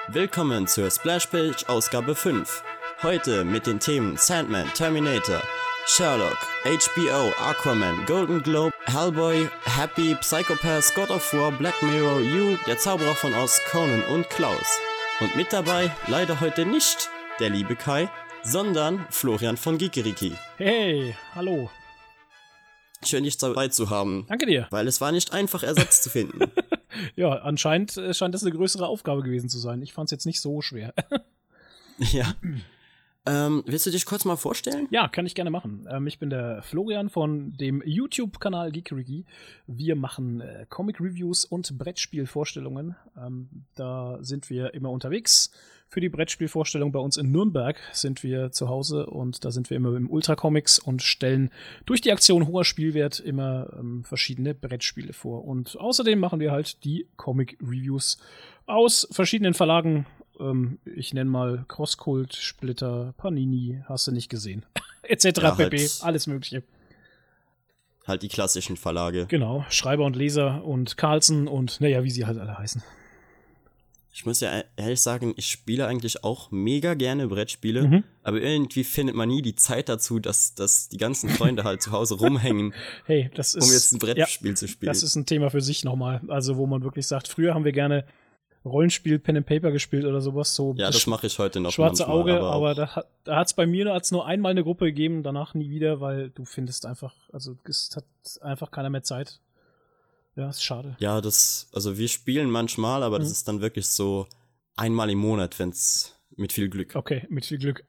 Willkommen zur Splashpage Ausgabe 5. Heute mit den Themen Sandman, Terminator, Sherlock, HBO, Aquaman, Golden Globe, Hellboy, Happy, Psychopath, God of War, Black Mirror, You, Der Zauberer von Oz, Conan und Klaus. Und mit dabei leider heute nicht der liebe Kai, sondern Florian von Geekeriki. Hey, hallo. Schön, dich dabei zu haben. Danke dir. Weil es war nicht einfach, Ersatz zu finden. Ja, anscheinend scheint das eine größere Aufgabe gewesen zu sein. Ich fand es jetzt nicht so schwer. Ja. Willst du dich kurz mal vorstellen? Ja, kann ich gerne machen. Ich bin der Florian von dem YouTube-Kanal Geekeriki. Wir machen Comic-Reviews und Brettspielvorstellungen. Da sind wir immer unterwegs. Für die Brettspielvorstellung bei uns in Nürnberg sind wir zu Hause und da sind wir immer im Ultra Comics und stellen durch die Aktion hoher Spielwert immer verschiedene Brettspiele vor. Und außerdem machen wir halt die Comic-Reviews aus verschiedenen Verlagen. Ich nenne mal Crosskult, Splitter, Panini, hast du nicht gesehen, etc. Ja, pp. halt, Alles Mögliche. Halt die klassischen Verlage. Genau, Schreiber und Leser und Carlsen und naja, wie sie halt alle heißen. Ich muss ja ehrlich sagen, ich spiele eigentlich auch mega gerne Brettspiele, aber irgendwie findet man nie die Zeit dazu, dass die ganzen Freunde halt zu Hause rumhängen, hey, das ist, um jetzt ein Brettspiel zu spielen. Das ist ein Thema für sich nochmal. Also wo man wirklich sagt, früher haben wir gerne Rollenspiel, Pen and Paper gespielt oder sowas. So ja, das mache ich heute noch schwarze manchmal, Auge, aber da hat's bei mir nur einmal eine Gruppe gegeben, danach nie wieder, weil du findest einfach, also es hat einfach keiner mehr Zeit. Ja, ist schade. Ja, also wir spielen manchmal, aber das ist dann wirklich so einmal im Monat, wenn's mit viel Glück. Okay, mit viel Glück.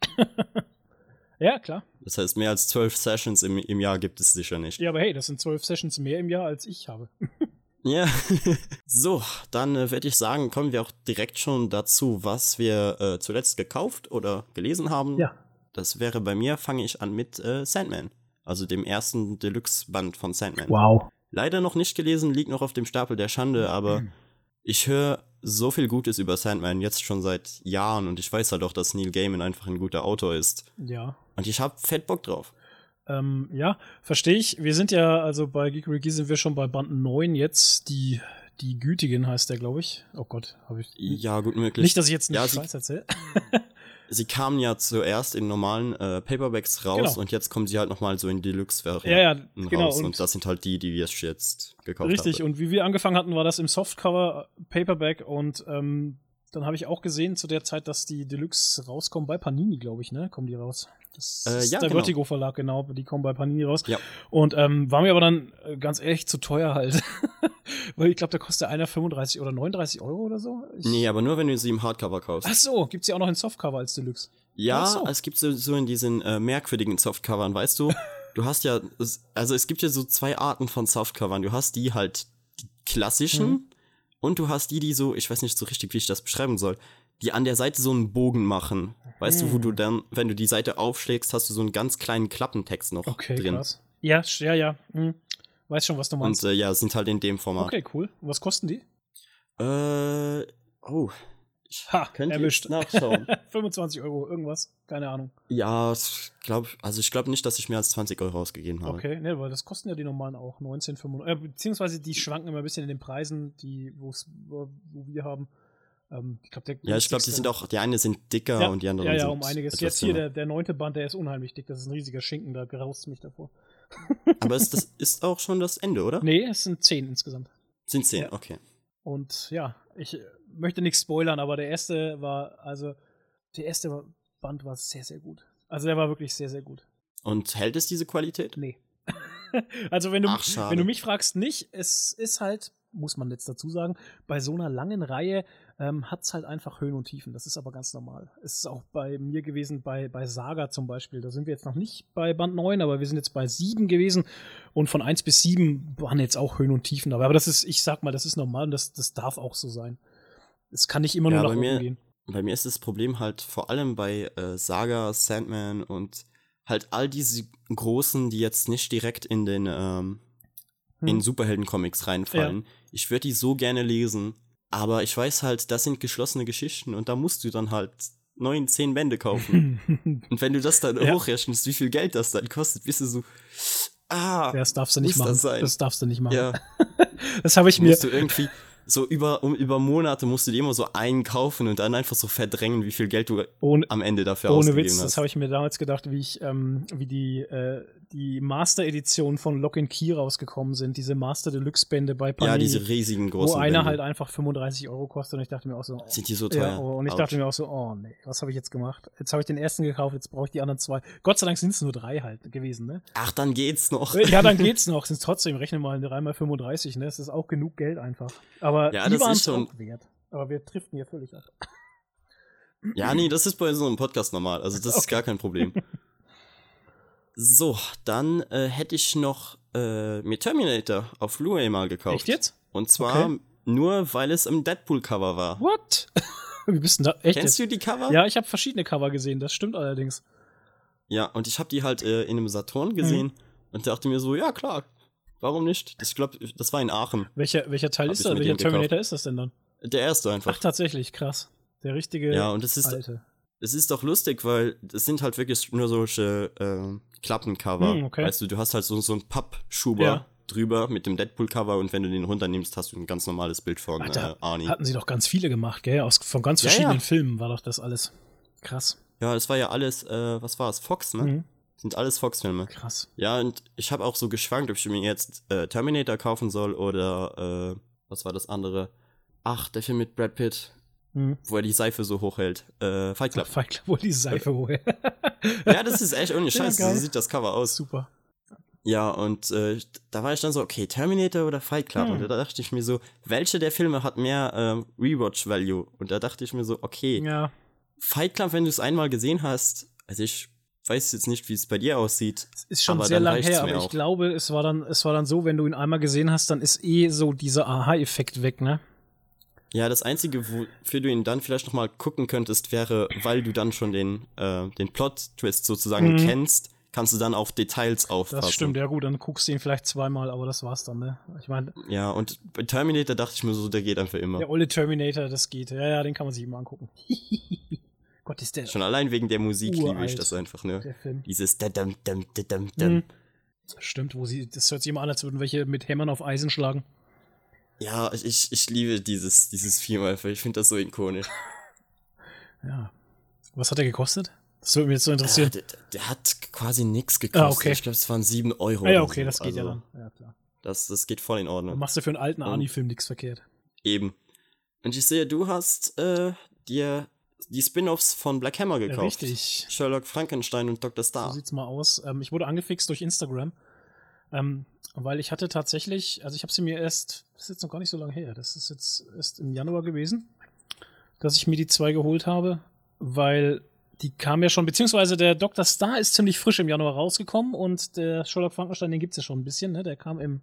Ja, klar. Das heißt, mehr als 12 Sessions im Jahr gibt es sicher nicht. Ja, aber hey, das sind 12 Sessions mehr im Jahr, als ich habe. Ja. So, dann würde ich sagen, kommen wir auch direkt schon dazu, was wir zuletzt gekauft oder gelesen haben. Ja. Das wäre bei mir, fange ich an mit Sandman, also dem ersten Deluxe-Band von Sandman. Wow. Leider noch nicht gelesen, liegt noch auf dem Stapel der Schande, aber ich höre so viel Gutes über Sandman jetzt schon seit Jahren und ich weiß halt auch, dass Neil Gaiman einfach ein guter Autor ist. Ja. Und ich hab fett Bock drauf. Ja, verstehe ich. Wir sind ja, also bei Geekeriki sind wir schon bei Band 9 jetzt, die Gütigen heißt der, glaube ich. Oh Gott, habe ich. Ja, gut möglich. Nicht, dass ich jetzt einen Scheiß erzähle. Sie kamen ja zuerst in normalen Paperbacks raus und jetzt kommen sie halt nochmal so in Deluxe-Varianten genau, raus. Und das sind halt die wir jetzt gekauft haben. Richtig, und wie wir angefangen hatten, war das im Softcover Paperback und dann habe ich auch gesehen zu der Zeit, dass die Deluxe rauskommen bei Panini, glaube ich, ne? Kommen die raus. Das ist der Vertigo Verlag, genau. Die kommen bei Panini raus. Ja. Und war mir aber dann ganz ehrlich zu teuer halt. Weil ich glaube, da kostet einer 35 oder 39 Euro oder so. Nee, aber nur, wenn du sie im Hardcover kaufst. Ach so, gibt's ja auch noch in Softcover als Deluxe. Ja, so. Es gibt so in diesen merkwürdigen Softcovern, weißt du? Du hast ja, also es gibt ja so zwei Arten von Softcovern. Du hast die halt, die klassischen und du hast die so, ich weiß nicht so richtig, wie ich das beschreiben soll, die an der Seite so einen Bogen machen. Weißt du, wo du dann, wenn du die Seite aufschlägst, hast du so einen ganz kleinen Klappentext noch drin. Krass. Ja. Weiß schon, was du meinst. Und sind halt in dem Format. Okay, cool. Und was kosten die? Ich könnte jetzt nachschauen. 25 Euro, irgendwas, keine Ahnung. Ja, ich glaube nicht, dass ich mehr als 20 Euro ausgegeben habe. Okay, ne, weil das kosten ja die normalen auch 19,95, beziehungsweise die schwanken immer ein bisschen in den Preisen, wo wir haben. Ich glaube, die sind auch, die eine sind dicker und die anderen sind um einiges. Jetzt hier der 9. Band, der ist unheimlich dick, das ist ein riesiger Schinken, da graust mich davor. Aber das ist auch schon das Ende, oder? Nee, es sind 10 insgesamt. Sind 10, okay. Und ja, ich möchte nichts spoilern, aber der erste Band war sehr, sehr gut. Also der war wirklich sehr, sehr gut. Und hält es diese Qualität? Nee. Also wenn du mich fragst, nicht. Es ist halt, muss man jetzt dazu sagen, bei so einer langen Reihe hat es halt einfach Höhen und Tiefen. Das ist aber ganz normal. Es ist auch bei mir gewesen, bei Saga zum Beispiel. Da sind wir jetzt noch nicht bei Band 9, aber wir sind jetzt bei 7 gewesen. Und von 1 bis 7 waren jetzt auch Höhen und Tiefen dabei. Aber das ist, ich sag mal, das ist normal und das darf auch so sein. Es kann nicht immer nur nach oben gehen. Bei mir ist das Problem halt vor allem bei Saga, Sandman und halt all diese großen, die jetzt nicht direkt in den in Superhelden-Comics reinfallen. Ja. Ich würde die so gerne lesen, aber ich weiß halt, das sind geschlossene Geschichten und da musst du dann halt 9, 10 Bände kaufen. Und wenn du das dann hochrechnest, wie viel Geld das dann kostet, bist du so, das darfst du nicht machen. Das darfst du nicht machen. Ja. Das habe ich mir. Musst du irgendwie so über Monate musst du dir immer so einen kaufen und dann einfach so verdrängen, wie viel Geld du am Ende dafür ausgegeben hast. Ohne Witz, das habe ich mir damals gedacht, wie die Master-Edition von Lock and Key rausgekommen sind, diese Master-Deluxe-Bände bei Panini. Ja, diese riesigen großen Wo einer Bände halt einfach 35 € kostet und ich dachte mir auch so, sind die so teuer? Ja, und ich dachte mir auch so, oh nee, was habe ich jetzt gemacht? Jetzt habe ich den ersten gekauft, jetzt brauche ich die anderen 2. Gott sei Dank sind es nur 3 halt gewesen, ne? Ach, dann geht's noch. Ja, dann geht's noch. Sind trotzdem, rechne mal 3 mal 35, ne? Das ist auch genug Geld einfach. Aber ja, die das waren ist schon auch wert. Aber wir driften hier völlig ab. Ja, nee, das ist bei so einem Podcast normal. Also das ist gar kein Problem. So, dann hätte ich noch mir Terminator auf Blu-ray mal gekauft. Echt jetzt? Und zwar nur, weil es im Deadpool-Cover war. What? Wie bist denn da? Echt Kennst jetzt? du die Cover? Ja, ich habe verschiedene Cover gesehen, das stimmt allerdings. Ja, und ich habe die halt in einem Saturn gesehen und dachte mir so, ja klar, warum nicht? Ich glaube, das war in Aachen. Welcher Teil ist das? Welcher Terminator ist das denn dann? Der erste einfach. Ach, tatsächlich, krass. Der richtige Ja, und es ist doch lustig, weil es sind halt wirklich nur solche Klappencover. Okay. Weißt du hast halt so einen Pappschuber drüber mit dem Deadpool-Cover und wenn du den runternimmst, hast du ein ganz normales Bild von Arnie. Hatten sie doch ganz viele gemacht, gell? Von ganz verschiedenen Filmen war doch das alles. Krass. Ja, das war ja alles, was war es? Fox, ne? Mhm. Sind alles Fox-Filme. Krass. Ja, und ich habe auch so geschwankt, ob ich mir jetzt Terminator kaufen soll oder was war das andere? Ach, der Film mit Brad Pitt, wo er die Seife so hochhält. Fight Club. Fight Club, wo die Seife hochhält. Ja, das ist echt ohne Scheiß, so sieht das Cover aus. Super. Ja, und da war ich dann so, okay, Terminator oder Fight Club? Und da dachte ich mir so, welche der Filme hat mehr Rewatch-Value? Und da dachte ich mir so, okay, Fight Club, wenn du es einmal gesehen hast, also ich weiß jetzt nicht, wie es bei dir aussieht. Es ist schon sehr lang her, aber ich glaube, es war dann so, wenn du ihn einmal gesehen hast, dann ist so dieser Aha-Effekt weg, ne? Ja, das Einzige, wofür du ihn dann vielleicht noch mal gucken könntest, wäre, weil du dann schon den Plot-Twist sozusagen kennst, kannst du dann auf Details aufpassen. Das stimmt, ja gut, dann guckst du ihn vielleicht zweimal, aber das war's dann, ne? Ich meine. Ja, und bei Terminator dachte ich mir so, der geht einfach immer. Der olle Terminator, das geht. Ja, den kann man sich immer angucken. Gott, ist der. Schon allein wegen der Musik liebe ich das einfach, ne? Der Film. Dieses da-dam-dam-dam-dam. Stimmt, das hört sich immer an, als würden welche mit Hämmern auf Eisen schlagen. Ja, ich liebe dieses Film einfach. Ich finde das so ikonisch. Ja. Was hat der gekostet? Das würde mich jetzt so interessieren. Der hat quasi nichts gekostet. Okay. Ich glaube, es waren 7 €. Ja, okay, das so. geht also, ja dann. Ja, klar. Das geht voll in Ordnung. Dann machst du für einen alten Arnie-Film nichts verkehrt. Eben. Und ich sehe, du hast dir die Spin-Offs von Black Hammer gekauft. Richtig. Sherlock, Frankenstein und Dr. Star. So sieht's mal aus. Ich wurde angefixt durch Instagram. Weil ich hatte tatsächlich, also ich habe sie mir das ist jetzt noch gar nicht so lange her, das ist jetzt erst im Januar gewesen, dass ich mir die 2 geholt habe, weil die kam ja schon, beziehungsweise der Dr. Star ist ziemlich frisch im Januar rausgekommen und der Sherlock Frankenstein, den gibt's ja schon ein bisschen, ne? Der kam im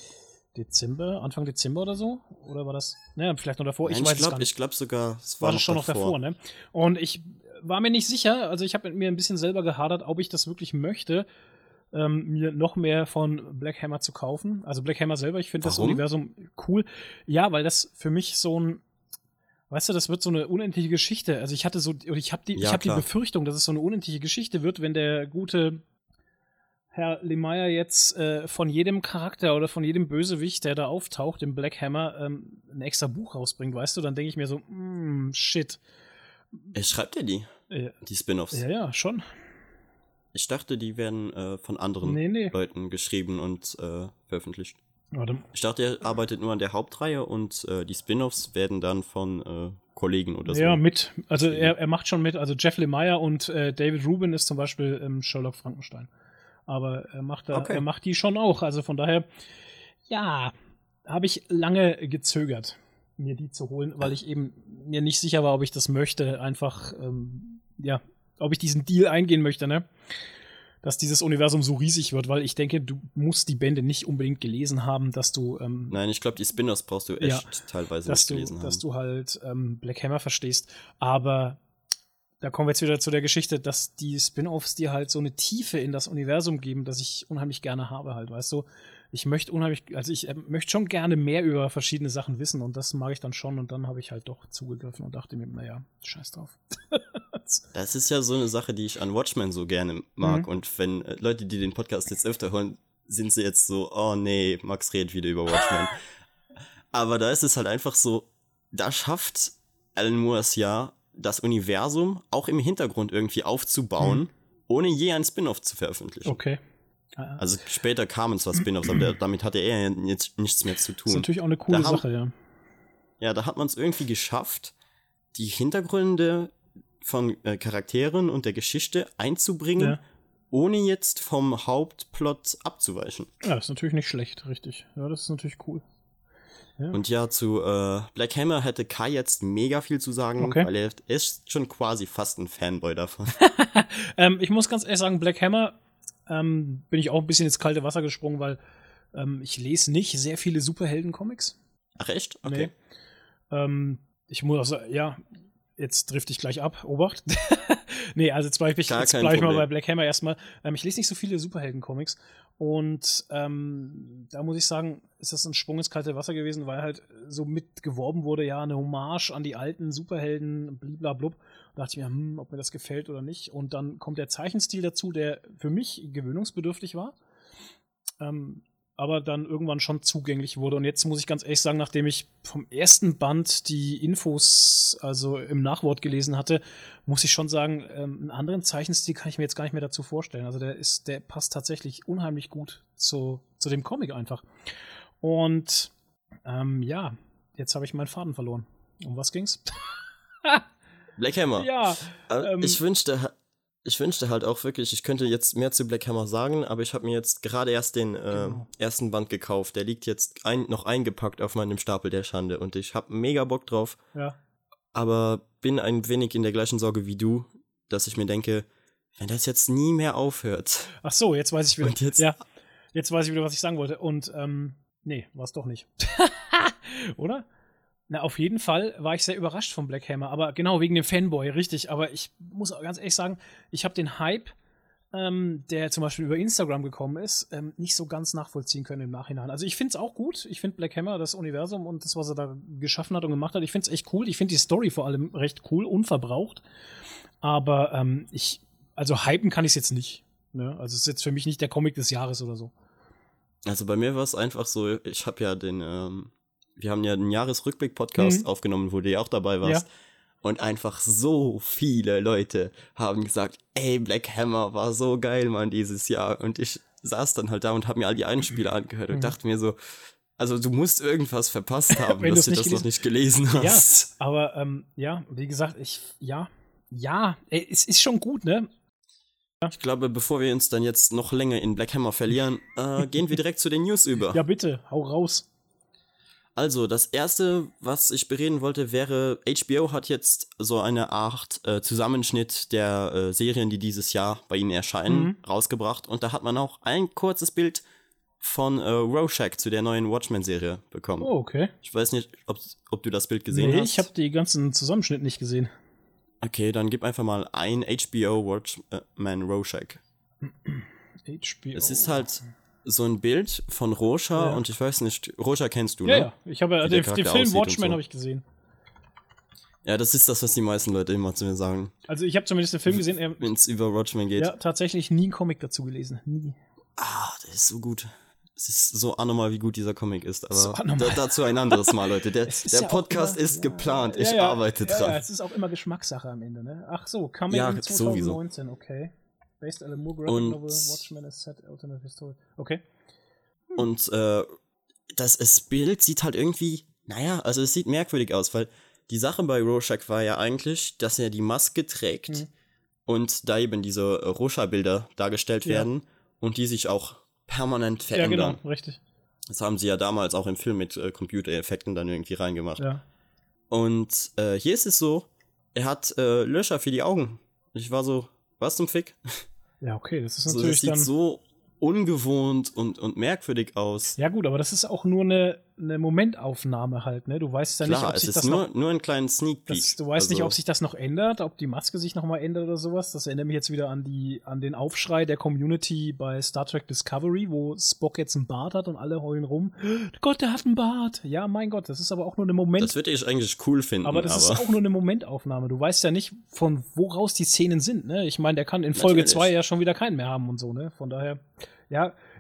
Anfang Dezember oder so, oder war das, naja, vielleicht noch davor, Nein, ich glaube sogar, es war schon noch davor, ne? Und ich war mir nicht sicher, also ich habe mit mir ein bisschen selber gehadert, ob ich das wirklich möchte, mir noch mehr von Black Hammer zu kaufen. Also Black Hammer selber, ich finde das Universum cool. Ja, weil das für mich so ein, weißt du, das wird so eine unendliche Geschichte. Also ich habe die Befürchtung, dass es so eine unendliche Geschichte wird, wenn der gute Herr Lemire jetzt von jedem Charakter oder von jedem Bösewicht, der da auftaucht, im Black Hammer, ein extra Buch rausbringt, weißt du? Dann denke ich mir so, shit. Schreibt ihr die Spin-Offs? Ja, schon. Ich dachte, die werden von anderen Leuten geschrieben und veröffentlicht. Warte. Ich dachte, er arbeitet nur an der Hauptreihe und die Spin-Offs werden dann von Kollegen oder so. Ja, also er macht schon mit. Also Jeff Lemire und David Rubin ist zum Beispiel Sherlock Frankenstein. Aber er macht die schon auch. Also von daher, ja, habe ich lange gezögert, mir die zu holen, weil ich eben mir nicht sicher war, ob ich das möchte. Einfach, ob ich diesen Deal eingehen möchte, ne? Dass dieses Universum so riesig wird, weil ich denke, du musst die Bände nicht unbedingt gelesen haben, dass du Nein, ich glaube, die Spin-offs brauchst du echt teilweise nicht gelesen haben. Dass du halt Black Hammer verstehst, aber da kommen wir jetzt wieder zu der Geschichte, dass die Spin-offs dir halt so eine Tiefe in das Universum geben, das ich unheimlich gerne habe halt, weißt du? Ich möchte schon gerne mehr über verschiedene Sachen wissen und das mag ich dann schon und dann habe ich halt doch zugegriffen und dachte mir, naja, scheiß drauf. Das ist ja so eine Sache, die ich an Watchmen so gerne mag und wenn Leute, die den Podcast jetzt öfter hören, sind sie jetzt so, oh nee, Max redet wieder über Watchmen. Aber da ist es halt einfach so, da schafft Alan Moore es ja, das Universum auch im Hintergrund irgendwie aufzubauen, ohne je ein Spin-off zu veröffentlichen. Okay. Also später kamen zwar Spin-offs, aber damit hatte er ja jetzt nichts mehr zu tun. Das ist natürlich auch eine coole Sache, ja. Ja, da hat man es irgendwie geschafft, die Hintergründe von Charakteren und der Geschichte einzubringen, ohne jetzt vom Hauptplot abzuweichen. Ja, das ist natürlich nicht schlecht, richtig. Ja, das ist natürlich cool. Ja. Und ja, zu Black Hammer hätte Kai jetzt mega viel zu sagen, weil er ist schon quasi fast ein Fanboy davon. Ich muss ganz ehrlich sagen, Black Hammer bin ich auch ein bisschen ins kalte Wasser gesprungen, weil ich lese nicht sehr viele Superhelden-Comics. Ach echt? Okay. Nee. Ich muss auch sagen, ja, jetzt drifte ich gleich ab. Obacht. Nee, also jetzt bleibe ich mal bei Black Hammer erstmal. Ich lese nicht so viele Superhelden-Comics und da muss ich sagen, ist das ein Sprung ins kalte Wasser gewesen, weil halt so mit geworben wurde, ja, eine Hommage an die alten Superhelden, bliblablub. Da dachte ich mir, ob mir das gefällt oder nicht. Und dann kommt der Zeichenstil dazu, der für mich gewöhnungsbedürftig war. Aber dann irgendwann schon zugänglich wurde. Und jetzt muss ich ganz ehrlich sagen, nachdem ich vom ersten Band die Infos also im Nachwort gelesen hatte, muss ich schon sagen, einen anderen Zeichenstil kann ich mir jetzt gar nicht mehr dazu vorstellen. Also der passt tatsächlich unheimlich gut zu dem Comic einfach. Und ja, jetzt habe ich meinen Faden verloren. Um was ging's? Black Hammer. Ja. Ich wünschte halt auch wirklich, ich könnte jetzt mehr zu Black Hammer sagen, aber ich habe mir jetzt gerade erst den ersten Band gekauft. Der liegt jetzt noch eingepackt auf meinem Stapel der Schande und ich habe mega Bock drauf. Ja. Aber bin ein wenig in der gleichen Sorge wie du, dass ich mir denke, wenn das jetzt nie mehr aufhört. Ach so, jetzt weiß ich wieder. Und jetzt? Ja, jetzt weiß ich wieder, was ich sagen wollte. Und nee, war es doch nicht. Oder? Na, auf jeden Fall war ich sehr überrascht von Black Hammer, aber genau wegen dem Fanboy, richtig. Aber ich muss auch ganz ehrlich sagen, ich habe den Hype, der zum Beispiel über Instagram gekommen ist, nicht so ganz nachvollziehen können im Nachhinein. Also ich finde es auch gut. Ich finde Black Hammer, das Universum und das, was er da geschaffen hat und gemacht hat, ich finde es echt cool. Ich finde die Story vor allem recht cool, unverbraucht. Aber also hypen kann ich es jetzt nicht. Ne? Also es ist jetzt für mich nicht der Comic des Jahres oder so. Also bei mir war es einfach so, ich habe ja wir haben ja einen Jahresrückblick-Podcast aufgenommen, wo du ja auch dabei warst. Ja. Und einfach so viele Leute haben gesagt, ey, Black Hammer war so geil, Mann, dieses Jahr. Und ich saß dann halt da und habe mir all die Einspieler angehört und dachte mir so, also du musst irgendwas verpasst haben, dass du das noch nicht gelesen hast. Ja, aber ja, wie gesagt, es ist schon gut, ne? Ich glaube, bevor wir uns dann jetzt noch länger in Black Hammer verlieren, gehen wir direkt zu den News über. Ja, bitte, hau raus. Also, das erste, was ich bereden wollte, wäre, HBO hat jetzt so eine Art Zusammenschnitt der Serien, die dieses Jahr bei ihnen erscheinen, rausgebracht. Und da hat man auch ein kurzes Bild von Rorschach zu der neuen Watchmen-Serie bekommen. Oh, okay. Ich weiß nicht, ob du das Bild gesehen hast. Nee, ich habe die ganzen Zusammenschnitt nicht gesehen. Okay, dann gib einfach mal ein HBO Watchmen Rorschach. HBO. Es ist halt so ein Bild von Rorschach und ich weiß nicht, Rorschach kennst du, ne? Ja, ich habe den Film Watchmen so. Habe ich gesehen. Ja, das ist das, was die meisten Leute immer zu mir sagen. Also ich habe zumindest den Film gesehen. Wenn es über Watchmen geht. Ja, tatsächlich nie einen Comic dazu gelesen. Nie. Der ist so gut. Es ist so anormal, wie gut dieser Comic ist. Aber so dazu ein anderes Mal, Leute. Der Podcast immer, ist geplant. Ich arbeite dran. Ja, es ist auch immer Geschmackssache am Ende, ne? Ach so, Coming in 2019, sowieso. Okay. Based on a Moore Graphic Novel, Watchmen is set alternate history. Okay. Und das Bild sieht halt irgendwie, also es sieht merkwürdig aus, weil die Sache bei Rorschach war ja eigentlich, dass er die Maske trägt und da eben diese Rorschach-Bilder dargestellt werden und die sich auch permanent verändern. Ja, genau, richtig. Das haben sie ja damals auch im Film mit Computereffekten dann irgendwie reingemacht. Ja. Und hier ist es so, er hat Löcher für die Augen. Ich war so, was zum Fick? Ja, okay, das ist natürlich das sieht so ungewohnt und merkwürdig aus. Ja gut, aber das ist auch nur eine Momentaufnahme halt, ne? Du weißt ja klar, nicht, ob sich das nur ein kleinen Sneak Peek. Du weißt nicht, ob sich das noch ändert, ob die Maske sich noch mal ändert oder sowas. Das erinnert mich jetzt wieder an den Aufschrei der Community bei Star Trek Discovery, wo Spock jetzt einen Bart hat und alle heulen rum. Gott, der hat einen Bart. Ja, mein Gott, das ist aber auch nur eine Das würde ich eigentlich cool finden. Aber das ist auch nur eine Momentaufnahme. Du weißt ja nicht, von woraus die Szenen sind, ne? Ich meine, der kann in Folge 2 ja schon wieder keinen mehr haben und so, ne? Von daher, ja,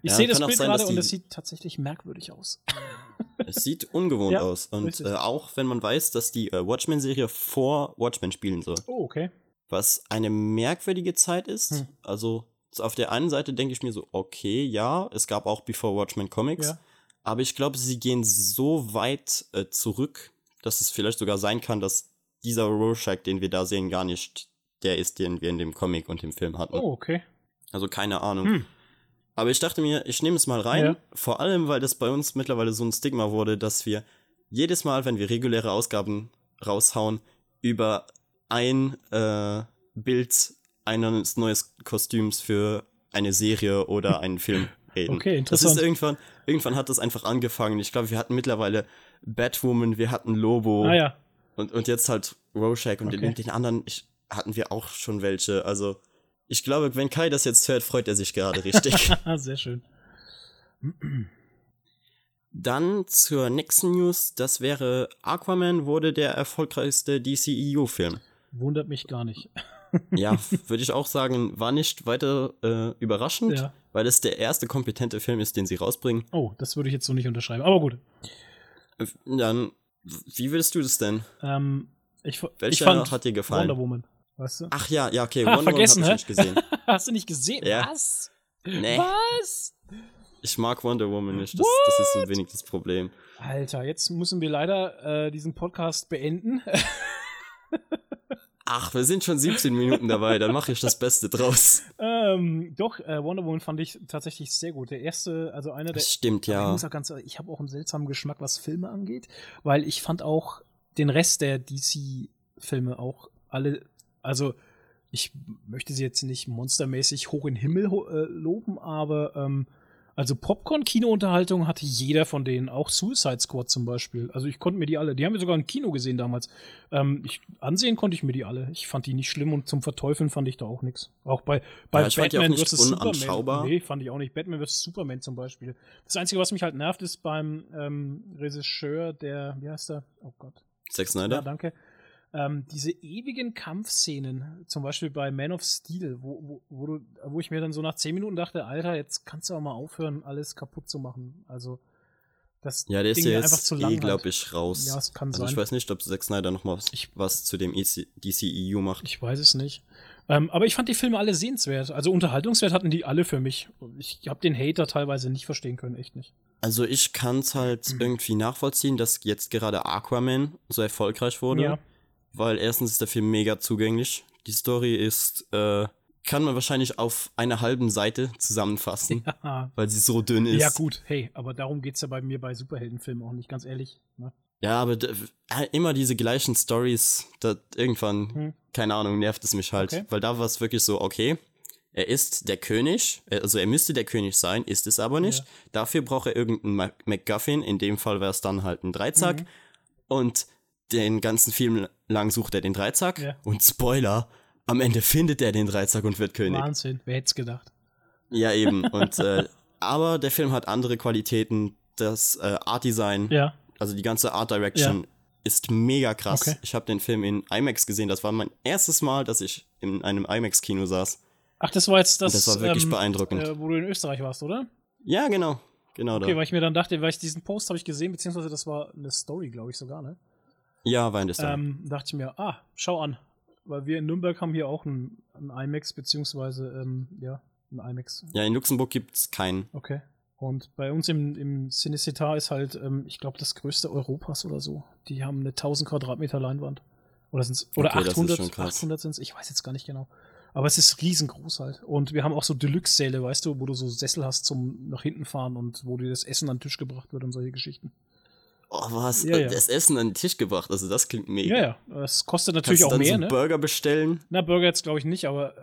Ich sehe das Bild gerade und es sieht tatsächlich merkwürdig aus. Es sieht ungewohnt aus. Und auch wenn man weiß, dass die Watchmen-Serie vor Watchmen spielen soll. Oh, okay. Was eine merkwürdige Zeit ist. Also auf der einen Seite denke ich mir so, okay, ja, es gab auch Before Watchmen Comics. Ja. Aber ich glaube, sie gehen so weit zurück, dass es vielleicht sogar sein kann, dass dieser Rorschach, den wir da sehen, gar nicht der ist, den wir in dem Comic und dem Film hatten. Oh, okay. Also keine Ahnung. Aber ich dachte mir, ich nehme es mal rein. Vor allem, weil das bei uns mittlerweile so ein Stigma wurde, dass wir jedes Mal, wenn wir reguläre Ausgaben raushauen, über ein Bild eines neuen Kostüms für eine Serie oder einen Film reden. Okay, interessant. Das ist irgendwann hat das einfach angefangen. Ich glaube, wir hatten mittlerweile Batwoman, wir hatten Lobo. Ah ja. Und jetzt halt Rorschach und den anderen hatten wir auch schon welche. Also ich glaube, wenn Kai das jetzt hört, freut er sich gerade richtig. Sehr schön. Dann zur nächsten News. Das wäre Aquaman wurde der erfolgreichste DCEU-Film. Wundert mich gar nicht. Ja, würde ich auch sagen, war nicht weiter überraschend, weil es der erste kompetente Film ist, den sie rausbringen. Oh, das würde ich jetzt so nicht unterschreiben, aber gut. Dann, wie willst du das denn? Welcher fand hat dir gefallen? Wonder Woman, weißt du? Ach ja, okay, Wonder Woman habe ich nicht gesehen. Hast du nicht gesehen? Ja. Was? Nee. Was? Ich mag Wonder Woman nicht, das ist so wenig das Problem. Alter, jetzt müssen wir leider diesen Podcast beenden. Ach, wir sind schon 17 Minuten dabei, dann mache ich das Beste draus. Wonder Woman fand ich tatsächlich sehr gut. Der erste, also einer der... Das stimmt, ja. Ich habe auch einen seltsamen Geschmack, was Filme angeht, weil ich fand auch den Rest der DC-Filme auch alle, also ich möchte sie jetzt nicht monstermäßig hoch in den Himmel loben, aber also Popcorn-Kino-Unterhaltung hatte jeder von denen, auch Suicide Squad zum Beispiel. Also ich konnte mir die alle, die haben wir sogar im Kino gesehen damals. Ansehen konnte ich mir die alle. Ich fand die nicht schlimm und zum Verteufeln fand ich da auch nichts. Auch bei Batman vs. Superman. Nee, fand ich auch nicht. Batman vs. Superman zum Beispiel. Das Einzige, was mich halt nervt, ist beim Regisseur, wie heißt der? Oh Gott. Zack Snyder? Ja, danke. Diese ewigen Kampfszenen, zum Beispiel bei Man of Steel, wo ich mir dann so nach 10 Minuten dachte, Alter, jetzt kannst du auch mal aufhören, alles kaputt zu machen. Also, das ja, der Ding ist ja einfach jetzt zu lang glaube ich, raus. Ja, es kann also sein. Ich weiß nicht, ob Zack Snyder noch mal was zu dem DCEU macht. Ich weiß es nicht. Aber ich fand die Filme alle sehenswert. Also Unterhaltungswert hatten die alle für mich. Ich habe den Hater teilweise nicht verstehen können, echt nicht. Also ich kann es halt irgendwie nachvollziehen, dass jetzt gerade Aquaman so erfolgreich wurde. Ja. Weil erstens ist der Film mega zugänglich. Die Story ist, kann man wahrscheinlich auf einer halben Seite zusammenfassen, weil sie so dünn ist. Ja gut, hey, aber darum geht's ja bei mir bei Superheldenfilmen auch nicht, ganz ehrlich. Ne? Ja, aber immer diese gleichen Stories, irgendwann, keine Ahnung, nervt es mich halt. Okay. Weil da war es wirklich so, okay, er ist der König, also er müsste der König sein, ist es aber nicht. Ja. Dafür braucht er irgendeinen MacGuffin, in dem Fall wäre es dann halt ein Dreizack. Und den ganzen Film lang sucht er den Dreizack und Spoiler, am Ende findet er den Dreizack und wird König. Wahnsinn, wer hätte es gedacht? Ja, eben. Und aber der Film hat andere Qualitäten. Das Art Design, also die ganze Art Direction ist mega krass. Okay. Ich habe den Film in IMAX gesehen. Das war mein erstes Mal, dass ich in einem IMAX-Kino saß. Ach, das war jetzt das. Und das war wirklich beeindruckend. Wo du in Österreich warst, oder? Ja, genau. Genau okay, weil ich mir dann dachte, diesen Post habe ich gesehen, beziehungsweise das war eine Story, glaube ich sogar, ne? Ja, war in der Story. Dachte ich mir, schau an. Weil wir in Nürnberg haben hier auch ein IMAX, beziehungsweise, ein IMAX. Ja, in Luxemburg gibt's keinen. Okay. Und bei uns im Cinecittà ist halt, ich glaube, das größte Europas oder so. Die haben eine 1000 Quadratmeter Leinwand. Oder sind's, oder okay, 800 sind's, ich weiß jetzt gar nicht genau. Aber es ist riesengroß halt. Und wir haben auch so Deluxe-Säle, weißt du, wo du so Sessel hast zum nach hinten fahren und wo dir das Essen an den Tisch gebracht wird und solche Geschichten. Oh, was? Ja. Das Essen an den Tisch gebracht, also das klingt mega. Ja. Es kostet natürlich Kannst auch du dann mehr, so ne? Burger bestellen? Na, Burger jetzt glaube ich nicht, aber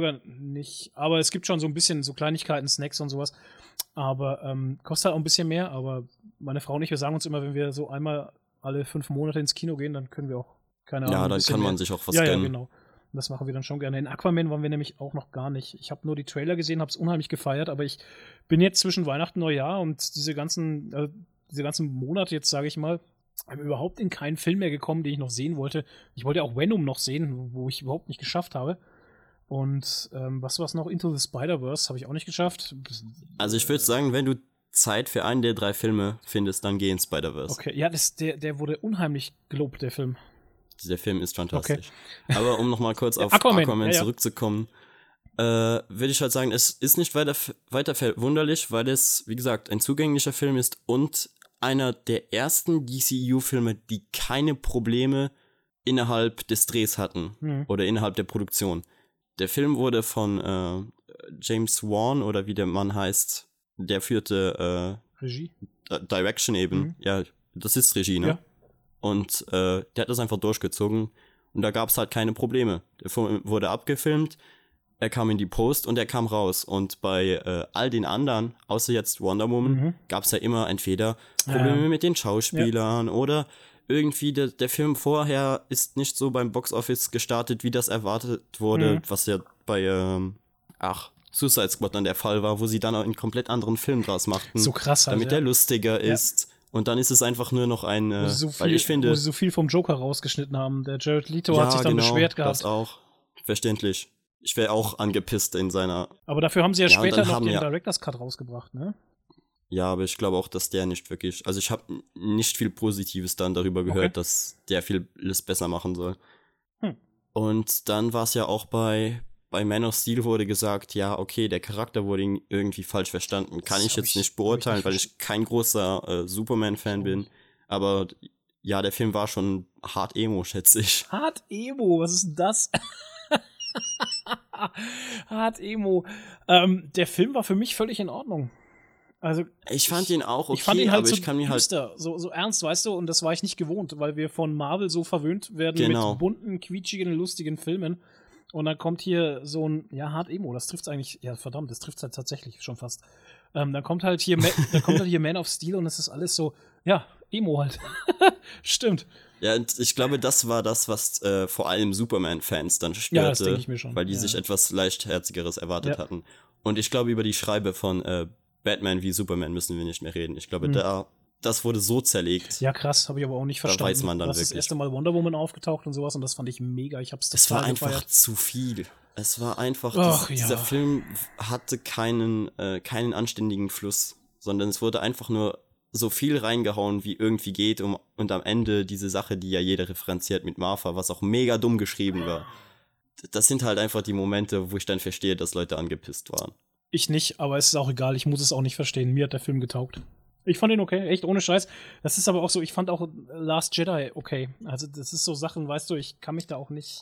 Aber es gibt schon so ein bisschen so Kleinigkeiten, Snacks und sowas. Aber kostet halt auch ein bisschen mehr. Aber meine Frau und ich, wir sagen uns immer, wenn wir so einmal alle 5 Monate ins Kino gehen, dann können wir auch, keine Ahnung. Ja, dann kann man sich auch was gönnen. Ja, genau. Und das machen wir dann schon gerne. In Aquaman waren wir nämlich auch noch gar nicht. Ich habe nur die Trailer gesehen, habe es unheimlich gefeiert, aber ich bin jetzt zwischen Weihnachten und Neujahr und diese ganzen Monate jetzt, sage ich mal, überhaupt in keinen Film mehr gekommen, den ich noch sehen wollte. Ich wollte auch Venom noch sehen, wo ich überhaupt nicht geschafft habe. Und was war's noch? Into the Spider-Verse habe ich auch nicht geschafft. Also ich würde sagen, wenn du Zeit für einen der 3 Filme findest, dann geh in Spider-Verse. Okay, ja, der wurde unheimlich gelobt, der Film. Der Film ist fantastisch. Okay. Aber um nochmal kurz auf Aquaman zurückzukommen, würde ich halt sagen, es ist nicht weiter verwunderlich, weil es, wie gesagt, ein zugänglicher Film ist und einer der ersten DCEU-Filme, die keine Probleme innerhalb des Drehs hatten oder innerhalb der Produktion. Der Film wurde von James Wan oder wie der Mann heißt, der führte Regie? Direction eben. Ja, das ist Regie, ne? Ja. Und der hat das einfach durchgezogen und da gab es halt keine Probleme. Der Film wurde abgefilmt, er kam in die Post und er kam raus. Und bei all den anderen, außer jetzt Wonder Woman, gab es ja immer entweder Probleme mit den Schauspielern oder irgendwie der Film vorher ist nicht so beim Boxoffice gestartet, wie das erwartet wurde, was ja bei Suicide Squad dann der Fall war, wo sie dann auch einen komplett anderen Film draus machten. So krass halt, damit der lustiger ist. Und dann ist es einfach nur noch ein, weil ich finde... Wo sie so viel vom Joker rausgeschnitten haben. Der Jared Leto hat sich dann beschwert gehabt. Das auch. Verständlich. Ich wäre auch angepisst in seiner... Aber dafür haben sie ja später noch den Director's Cut rausgebracht, ne? Ja, aber ich glaube auch, dass der nicht wirklich... Also ich habe nicht viel Positives dann darüber gehört, dass der vieles besser machen soll. Und dann war es ja auch bei Man of Steel wurde gesagt, ja, okay, der Charakter wurde irgendwie falsch verstanden. Kann ich jetzt nicht beurteilen, weil ich kein großer Superman-Fan bin. Aber ja, der Film war schon hart Emo, schätze ich. Hart Emo? Was ist denn das? Hart Emo. Der Film war für mich völlig in Ordnung. Also ich fand ihn auch okay, ich fand ihn halt aber so ich kann mir düster, so ernst, weißt du, und das war ich nicht gewohnt, weil wir von Marvel so verwöhnt werden mit bunten, quietschigen, lustigen Filmen. Und dann kommt hier so ein, Hard Emo, das trifft's eigentlich, das trifft's halt tatsächlich schon fast. Dann kommt halt hier Man of Steel und es ist alles so, Emo halt. Stimmt. Ja, und ich glaube, das war das, was vor allem Superman-Fans dann störte, das denke ich mir schon. Weil die sich etwas leichtherzigeres erwartet hatten. Und ich glaube, über die Schreibe von Batman wie Superman müssen wir nicht mehr reden. Ich glaube, das wurde so zerlegt. Ja, krass, habe ich aber auch nicht verstanden. Da weiß man dann wirklich. Das erste Mal Wonder Woman aufgetaucht und sowas und das fand ich mega. Ich hab's total gefeiert. Es war einfach zu viel. Es war einfach, dieser Film hatte keinen anständigen Fluss, sondern es wurde einfach nur so viel reingehauen, wie irgendwie geht und am Ende diese Sache, die ja jeder referenziert mit Martha, was auch mega dumm geschrieben war. Das sind halt einfach die Momente, wo ich dann verstehe, dass Leute angepisst waren. Ich nicht, aber es ist auch egal, ich muss es auch nicht verstehen. Mir hat der Film getaugt. Ich fand ihn okay, echt ohne Scheiß. Das ist aber auch so, ich fand auch Last Jedi okay. Also das ist so Sachen, weißt du, ich kann mich da auch nicht...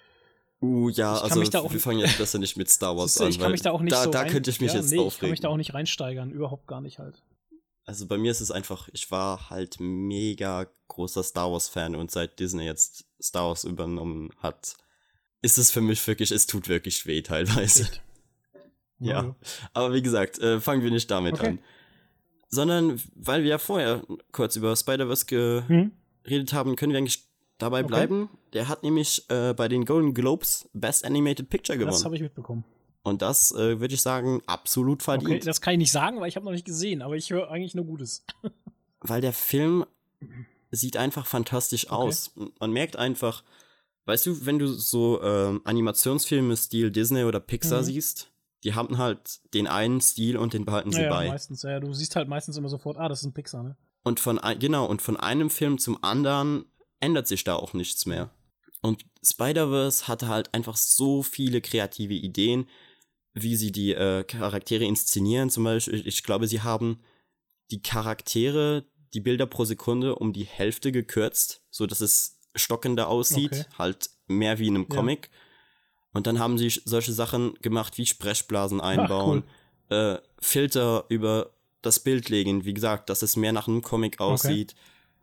wir fangen jetzt besser nicht mit Star Wars an, ich kann mich da auch nicht da könnte ich mich jetzt aufregen. Ich kann mich da auch nicht reinsteigern, überhaupt gar nicht halt. Also bei mir ist es einfach, ich war halt mega großer Star Wars-Fan und seit Disney jetzt Star Wars übernommen hat, ist es für mich wirklich, es tut wirklich weh teilweise. Echt? Ja, aber wie gesagt, fangen wir nicht damit an. Sondern, weil wir ja vorher kurz über Spider-Verse geredet haben, können wir eigentlich dabei bleiben. Der hat nämlich bei den Golden Globes Best Animated Picture gewonnen. Das habe ich mitbekommen. Und das, würde ich sagen, absolut verdient. Okay, das kann ich nicht sagen, weil ich habe noch nicht gesehen, aber ich höre eigentlich nur Gutes. Weil der Film sieht einfach fantastisch aus. Man merkt einfach, weißt du, wenn du so Animationsfilme Stil Disney oder Pixar siehst, die haben halt den einen Stil und den behalten sie bei. Meistens, ja. Du siehst halt meistens immer sofort, das ist ein Pixar, ne? Und von einem Film zum anderen ändert sich da auch nichts mehr. Und Spider-Verse hatte halt einfach so viele kreative Ideen, wie sie die Charaktere inszenieren. Zum Beispiel, ich glaube, sie haben die Charaktere, die Bilder pro Sekunde um die Hälfte gekürzt, so dass es stockender aussieht, halt mehr wie in einem Comic. Und dann haben sie solche Sachen gemacht wie Sprechblasen einbauen, Filter über das Bild legen, wie gesagt, dass es mehr nach einem Comic aussieht.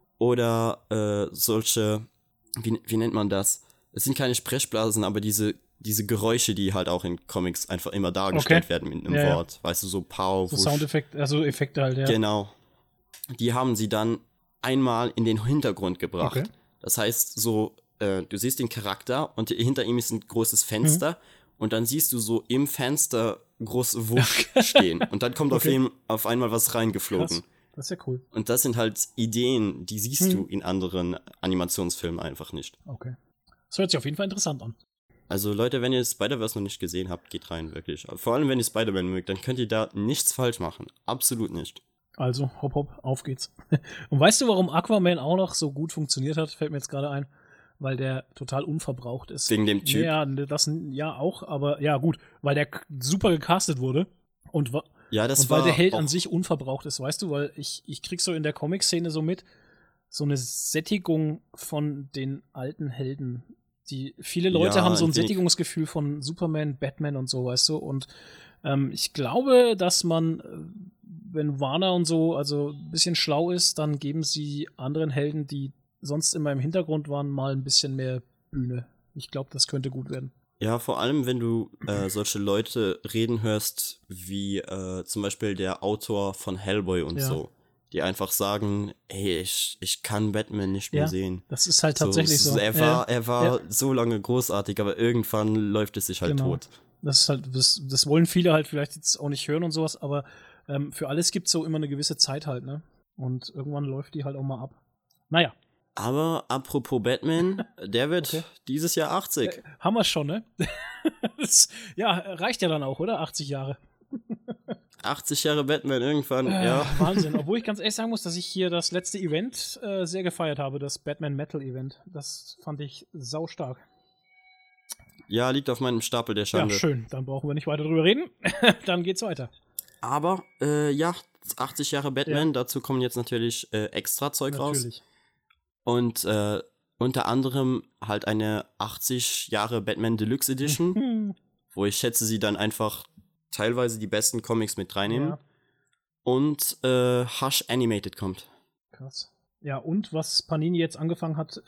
Oder solche, wie nennt man das? Es sind keine Sprechblasen, aber diese Geräusche, die halt auch in Comics einfach immer dargestellt werden mit einem Wort. Weißt du, so Pow, so Soundeffekte, also Effekte halt, Genau. Die haben sie dann einmal in den Hintergrund gebracht. Das heißt, so du siehst den Charakter und hinter ihm ist ein großes Fenster und dann siehst du so im Fenster große Wusch stehen und dann kommt auf einmal was reingeflogen. Krass. Das ist ja cool. Und das sind halt Ideen, die siehst du in anderen Animationsfilmen einfach nicht. Okay. Das hört sich auf jeden Fall interessant an. Also Leute, wenn ihr Spider-Verse noch nicht gesehen habt, geht rein, wirklich. Vor allem, wenn ihr Spider-Man mögt, dann könnt ihr da nichts falsch machen. Absolut nicht. Also, hopp, hopp, auf geht's. Und weißt du, warum Aquaman auch noch so gut funktioniert hat? Fällt mir jetzt gerade ein. Weil der total unverbraucht ist. Wegen dem Typ? Ja, das ja auch, aber ja gut, weil der super gecastet wurde und weil der Held an sich unverbraucht ist, weißt du, weil ich krieg so in der Comic-Szene so mit, so eine Sättigung von den alten Helden. Viele Leute haben so ein Sättigungsgefühl von Superman, Batman und so, weißt du, und ich glaube, dass man, wenn Warner und so also ein bisschen schlau ist, dann geben sie anderen Helden, die sonst immer im Hintergrund waren, mal ein bisschen mehr Bühne. Ich glaube, das könnte gut werden. Ja, vor allem, wenn du solche Leute reden hörst, wie zum Beispiel der Autor von Hellboy und so, die einfach sagen, ey, ich kann Batman nicht mehr sehen. Das ist halt tatsächlich so. Er war so lange großartig, aber irgendwann läuft es sich halt tot. Das ist halt, das wollen viele halt vielleicht jetzt auch nicht hören und sowas, aber für alles gibt es so immer eine gewisse Zeit halt, ne? Und irgendwann läuft die halt auch mal ab. Naja. Aber apropos Batman, der wird dieses Jahr 80. Haben wir schon, ne? Reicht ja dann auch, oder? 80 Jahre. 80 Jahre Batman irgendwann, ja. Wahnsinn. Obwohl ich ganz ehrlich sagen muss, dass ich hier das letzte Event sehr gefeiert habe, das Batman Metal Event. Das fand ich saustark. Ja, liegt auf meinem Stapel der Schande. Ja, schön. Dann brauchen wir nicht weiter drüber reden. Dann geht's weiter. Aber, 80 Jahre Batman, dazu kommen jetzt natürlich extra Zeug raus. Und unter anderem halt eine 80 Jahre Batman Deluxe Edition, wo ich schätze, sie dann einfach teilweise die besten Comics mit reinnehmen. Ja. Und Hush Animated kommt. Krass. Ja, und was Panini jetzt angefangen hat,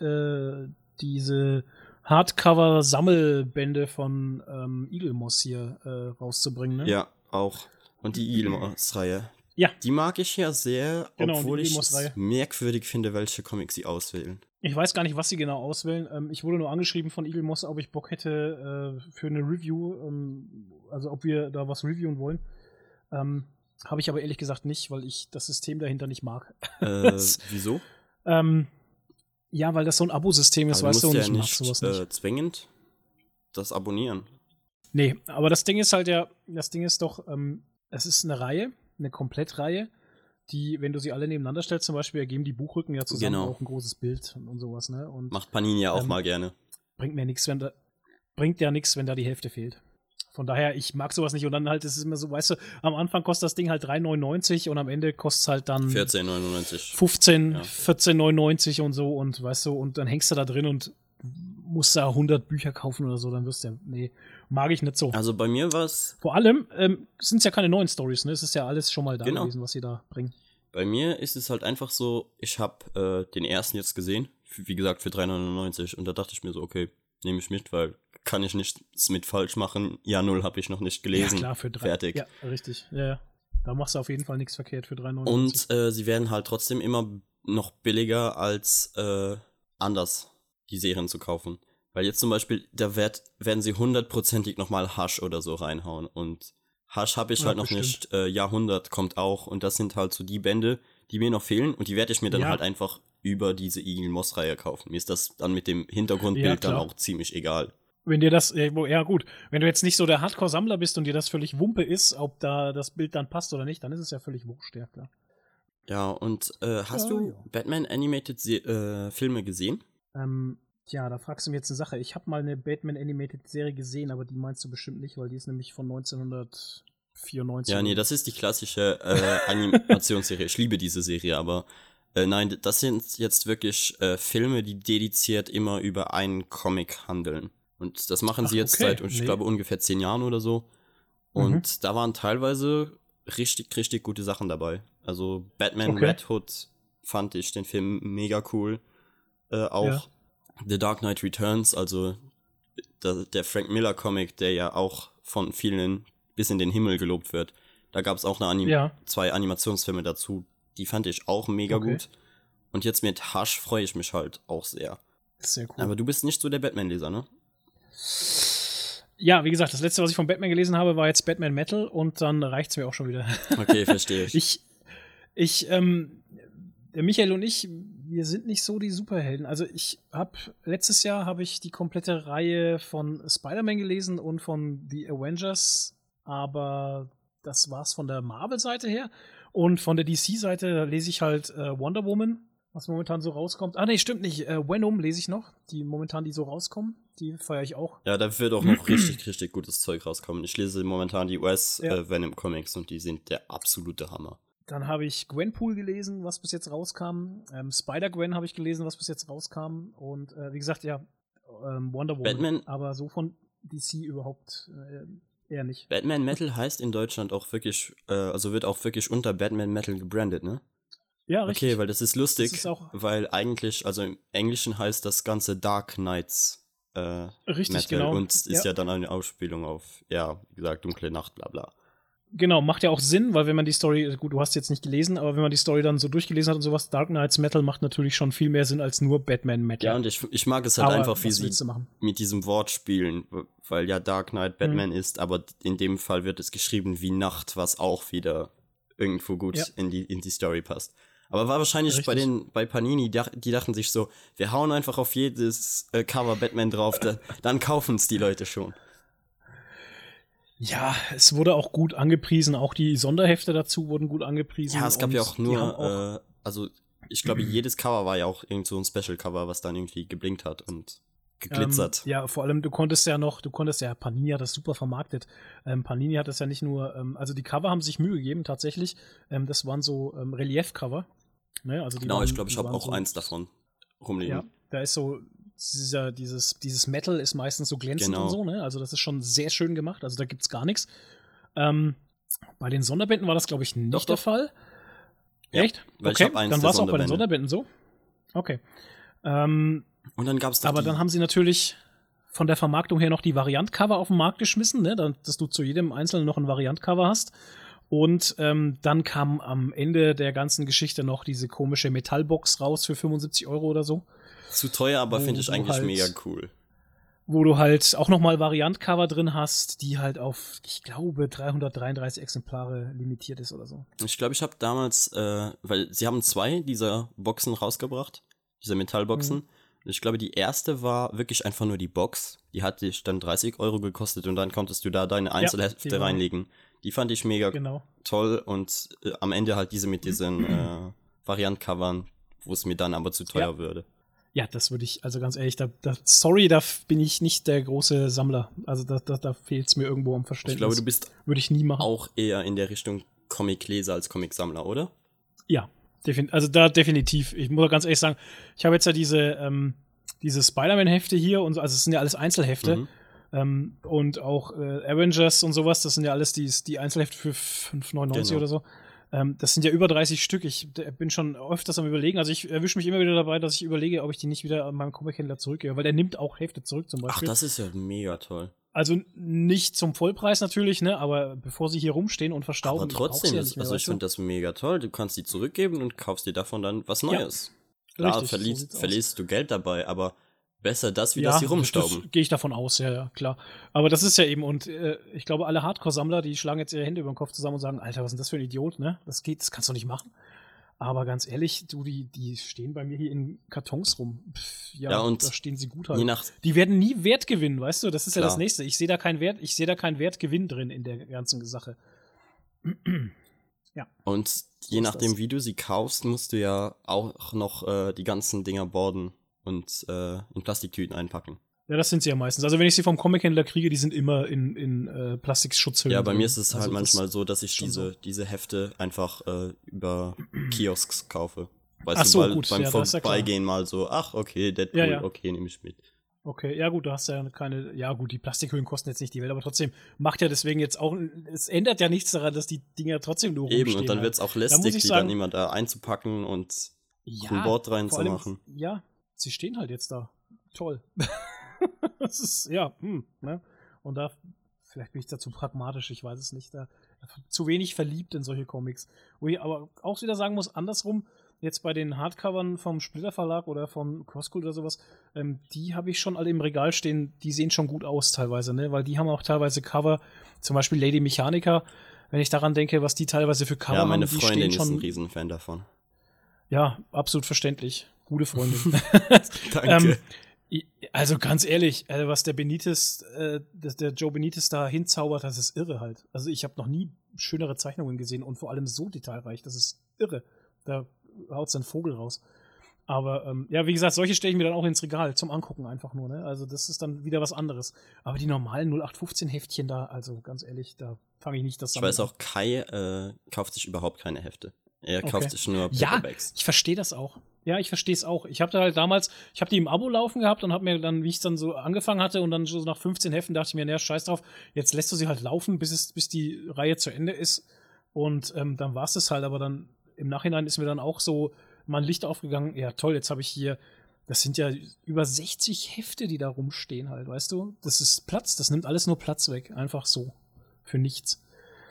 diese Hardcover-Sammelbände von Eagle Moss hier rauszubringen, ne? Ja, auch. Und die Eagle Moss-Reihe. Ja. Die mag ich ja sehr, obwohl ich es merkwürdig finde, welche Comics sie auswählen. Ich weiß gar nicht, was sie genau auswählen. Ich wurde nur angeschrieben von Eagle Moss, ob ich Bock hätte für eine Review, also ob wir da was reviewen wollen. Habe ich aber ehrlich gesagt nicht, weil ich das System dahinter nicht mag. Wieso? Ja, weil das so ein Abo-System ist, weißt du, und ich mag sowas nicht. Zwingend das abonnieren. Nee, aber das Ding ist doch, es ist eine Reihe, eine Komplettreihe, die, wenn du sie alle nebeneinander stellst, zum Beispiel, ergeben die Buchrücken ja zusammen auch ein großes Bild und sowas, ne? Und, macht Panini ja auch mal gerne. Bringt ja nichts, wenn da die Hälfte fehlt. Von daher, ich mag sowas nicht. Und dann halt, es ist immer so, weißt du, am Anfang kostet das Ding halt 3,99 und am Ende kostet es halt dann 14,99. 14,99 und so und weißt du, und dann hängst du da drin und musst da 100 Bücher kaufen oder so, dann wirst du ja, nee, mag ich nicht so. Also bei mir war es... Vor allem sind es ja keine neuen Storys, ne? Es ist ja alles schon mal da gewesen, was sie da bringen. Bei mir ist es halt einfach so, ich habe den ersten jetzt gesehen, wie gesagt, für 3,99 und da dachte ich mir so, okay, nehme ich mit, weil kann ich nichts mit falsch machen. Ja, 0 habe ich noch nicht gelesen. Ja, klar, für 3. Fertig. Ja, richtig. Ja. Da machst du auf jeden Fall nichts verkehrt für 3,99. Und sie werden halt trotzdem immer noch billiger als anders die Serien zu kaufen. Weil jetzt zum Beispiel, werden sie 100%ig nochmal Hush oder so reinhauen. Und Hush habe ich halt noch nicht. Jahrhundert kommt auch. Und das sind halt so die Bände, die mir noch fehlen. Und die werde ich mir dann halt einfach über diese Eagle Moss-Reihe kaufen. Mir ist das dann mit dem Hintergrundbild dann auch ziemlich egal. Wenn dir das, ja gut, wenn du jetzt nicht so der Hardcore-Sammler bist und dir das völlig Wumpe ist, ob da das Bild dann passt oder nicht, dann ist es ja völlig wurscht, ja klar. Ja, und hast du Batman Animated Filme gesehen? Ja, da fragst du mir jetzt eine Sache. Ich habe mal eine Batman Animated Serie gesehen, aber die meinst du bestimmt nicht, weil die ist nämlich von 1994. Ja, nee, das ist die klassische Animationsserie. Ich liebe diese Serie, aber nein, das sind jetzt wirklich Filme, die dediziert immer über einen Comic handeln. Und das machen sie jetzt seit, ich glaube, ungefähr 10 Jahren oder so. Und da waren teilweise richtig, richtig gute Sachen dabei. Also Batman Red Hood fand ich den Film mega cool. Auch The Dark Knight Returns, also der Frank Miller Comic, der ja auch von vielen bis in den Himmel gelobt wird. Da gab es auch 2 Animationsfilme dazu. Die fand ich auch mega gut. Und jetzt mit Hush freue ich mich halt auch sehr. Sehr cool. Aber du bist nicht so der Batman-Leser, ne? Ja, wie gesagt, das letzte, was ich von Batman gelesen habe, war jetzt Batman Metal und dann reicht's mir auch schon wieder. Okay, verstehe ich. Der Michael und ich, wir sind nicht so die Superhelden. Also letztes Jahr habe ich die komplette Reihe von Spider-Man gelesen und von The Avengers, aber das war's von der Marvel-Seite her. Und von der DC-Seite, da lese ich halt Wonder Woman, was momentan so rauskommt. Ah, nee, stimmt nicht. Venom lese ich noch, die so rauskommen. Die feiere ich auch. Ja, da wird auch noch richtig, richtig gutes Zeug rauskommen. Ich lese momentan die US-Venom-Comics und die sind der absolute Hammer. Dann habe ich Gwenpool gelesen, was bis jetzt rauskam. Spider-Gwen habe ich gelesen, was bis jetzt rauskam. Und wie gesagt, ja, Wonder Woman. Batman. Aber so von DC überhaupt eher nicht. Batman Metal heißt in Deutschland auch wirklich, also wird auch wirklich unter Batman Metal gebrandet, ne? Ja, richtig. Okay, weil das ist lustig, weil eigentlich, also im Englischen heißt das Ganze Dark Knights richtig, Metal genau. Und ist ja dann eine Ausspielung auf, ja, wie gesagt, dunkle Nacht, bla bla. Genau, macht ja auch Sinn, weil wenn man die Story, gut, du hast jetzt nicht gelesen, aber wenn man die Story dann so durchgelesen hat und sowas, Dark Knights Metal macht natürlich schon viel mehr Sinn als nur Batman Metal. Ja, und ich mag es halt aber einfach, wie sie machen? Mit diesem Wort spielen, weil ja Dark Knight Batman ist, aber in dem Fall wird es geschrieben wie Nacht, was auch wieder irgendwo gut in die Story passt. Aber war wahrscheinlich bei Panini, die dachten sich so, wir hauen einfach auf jedes Cover Batman drauf, dann kaufen es die Leute schon. Ja, es wurde auch gut angepriesen, auch die Sonderhefte dazu wurden gut angepriesen. Ja, es gab ja auch nur, also ich glaube, jedes Cover war ja auch irgend so ein Special-Cover, was dann irgendwie geblinkt hat und geglitzert. Ja, vor allem, Panini hat das super vermarktet. Panini hat das ja nicht nur, also die Cover haben sich Mühe gegeben, tatsächlich. Das waren so Relief-Cover. Ne? Also genau, ich glaube, ich habe auch so eins davon rumliegen. Ja, da ist so, dieses Metal ist meistens so glänzend und so, ne? Also das ist schon sehr schön gemacht, also da gibt's gar nichts. Bei den Sonderbänden war das, glaube ich, nicht der Fall. Ja, echt? Okay, dann war es auch bei den Sonderbänden so. Okay. Und dann gab's aber dann haben sie natürlich von der Vermarktung her noch die Variant-Cover auf den Markt geschmissen, ne? Dass du zu jedem Einzelnen noch ein Variant-Cover hast. Und dann kam am Ende der ganzen Geschichte noch diese komische Metallbox raus für 75 € oder so. Zu teuer, aber finde ich eigentlich halt, mega cool. Wo du halt auch nochmal Variant-Cover drin hast, die halt auf, ich glaube, 333 Exemplare limitiert ist oder so. Ich glaube, ich habe damals, weil sie haben 2 dieser Boxen rausgebracht, diese Metallboxen. Ich glaube, die erste war wirklich einfach nur die Box. Die hat dich dann 30 € gekostet und dann konntest du da deine Einzelhefte reinlegen. Die fand ich mega toll und am Ende halt diese mit diesen Variant-Covern, wo es mir dann aber zu teuer würde. Ja, das würde ich, also ganz ehrlich, da bin ich nicht der große Sammler. Also da fehlt es mir irgendwo am Verständnis. Ich glaube, du bist würde ich nie machen. Auch eher in der Richtung Comic-Leser als Comic-Sammler, oder? Ja, also da definitiv. Ich muss ganz ehrlich sagen, ich habe jetzt ja diese Spider-Man-Hefte hier und so, also es sind ja alles Einzelhefte. Und auch Avengers und sowas, das sind ja alles die Einzelhefte für 5,99 oder so. Das sind ja über 30 Stück. Ich bin schon öfters am Überlegen. Also ich erwische mich immer wieder dabei, dass ich überlege, ob ich die nicht wieder an meinem Comic-Händler zurückgebe, weil der nimmt auch Hefte zurück zum Beispiel. Ach, das ist ja mega toll. Also nicht zum Vollpreis natürlich, ne, aber bevor sie hier rumstehen und verstauben. Aber trotzdem, ich finde das mega toll. Du kannst die zurückgeben und kaufst dir davon dann was Neues. Ja, klar, verlierst du Geld dabei, aber besser das, wie dass sie rumstauben. Gehe ich davon aus, ja, klar. Aber das ist ja eben, und ich glaube, alle Hardcore-Sammler, die schlagen jetzt ihre Hände über den Kopf zusammen und sagen, Alter, was ist denn das für ein Idiot, ne? Das kannst du nicht machen. Aber ganz ehrlich, die stehen bei mir hier in Kartons rum. Und da stehen sie gut halt. Die werden nie Wert gewinnen, weißt du? Das ist ja das Nächste. Ich sehe da keinen Wertgewinn drin in der ganzen Sache. Ja. Und je nachdem, wie du sie kaufst, musst du ja auch noch die ganzen Dinger boarden und in Plastiktüten einpacken. Ja, das sind sie ja meistens. Also wenn ich sie vom Comic-Händler kriege, die sind immer in Plastikschutzhüllen. Ja, bei mir ist es halt manchmal so, dass ich diese Hefte einfach über Kiosks kaufe. Weißt du, weil beim Vorbeigehen mal so, ach, okay, Deadpool, okay, nehme ich mit. Okay, ja gut, du hast ja keine, ja gut, die Plastikhüllen kosten jetzt nicht die Welt, aber trotzdem macht ja deswegen jetzt auch, es ändert ja nichts daran, dass die Dinger trotzdem nur rumstehen. Eben, und dann wird's auch lästig, die dann immer da einzupacken und ein Board reinzumachen. Ja, sie stehen halt jetzt da. Toll. Das ist, ne? Und da, vielleicht bin ich da zu pragmatisch, ich weiß es nicht, da zu wenig verliebt in solche Comics. Wo ich aber auch wieder sagen muss, andersrum, jetzt bei den Hardcovern vom Splitter Verlag oder von Crosscult oder sowas, die habe ich schon alle im Regal stehen, die sehen schon gut aus teilweise, ne? Weil die haben auch teilweise Cover, zum Beispiel Lady Mechanica, wenn ich daran denke, was die teilweise für Cover haben. Ja, meine Freundin ist ein Riesenfan davon. Ja, absolut verständlich. Gute Freundin. Danke. Also ganz ehrlich, was der Benitez, der Joe Benitez da hinzaubert, das ist irre halt. Also ich habe noch nie schönere Zeichnungen gesehen und vor allem so detailreich, das ist irre. Da haut sein Vogel raus. Aber ja, wie gesagt, solche stelle ich mir dann auch ins Regal zum Angucken einfach nur, ne? Also das ist dann wieder was anderes. Aber die normalen 0815-Heftchen da, also ganz ehrlich, da fange ich nicht das an. Ich weiß auch, Kai kauft sich überhaupt keine Hefte. Er kauft sich nur Paperbacks. Ja, ich verstehe das auch. Ja, ich verstehe es auch. Ich habe da halt damals, ich habe die im Abo laufen gehabt und habe mir dann, wie ich es dann so angefangen hatte und dann so nach 15 Heften dachte ich mir, naja, scheiß drauf, jetzt lässt du sie halt laufen, bis die Reihe zu Ende ist. Und dann war es das halt, aber dann im Nachhinein ist mir dann auch so mal ein Licht aufgegangen, ja toll, jetzt habe ich hier, das sind ja über 60 Hefte, die da rumstehen halt, weißt du? Das ist Platz, das nimmt alles nur Platz weg, einfach so, für nichts.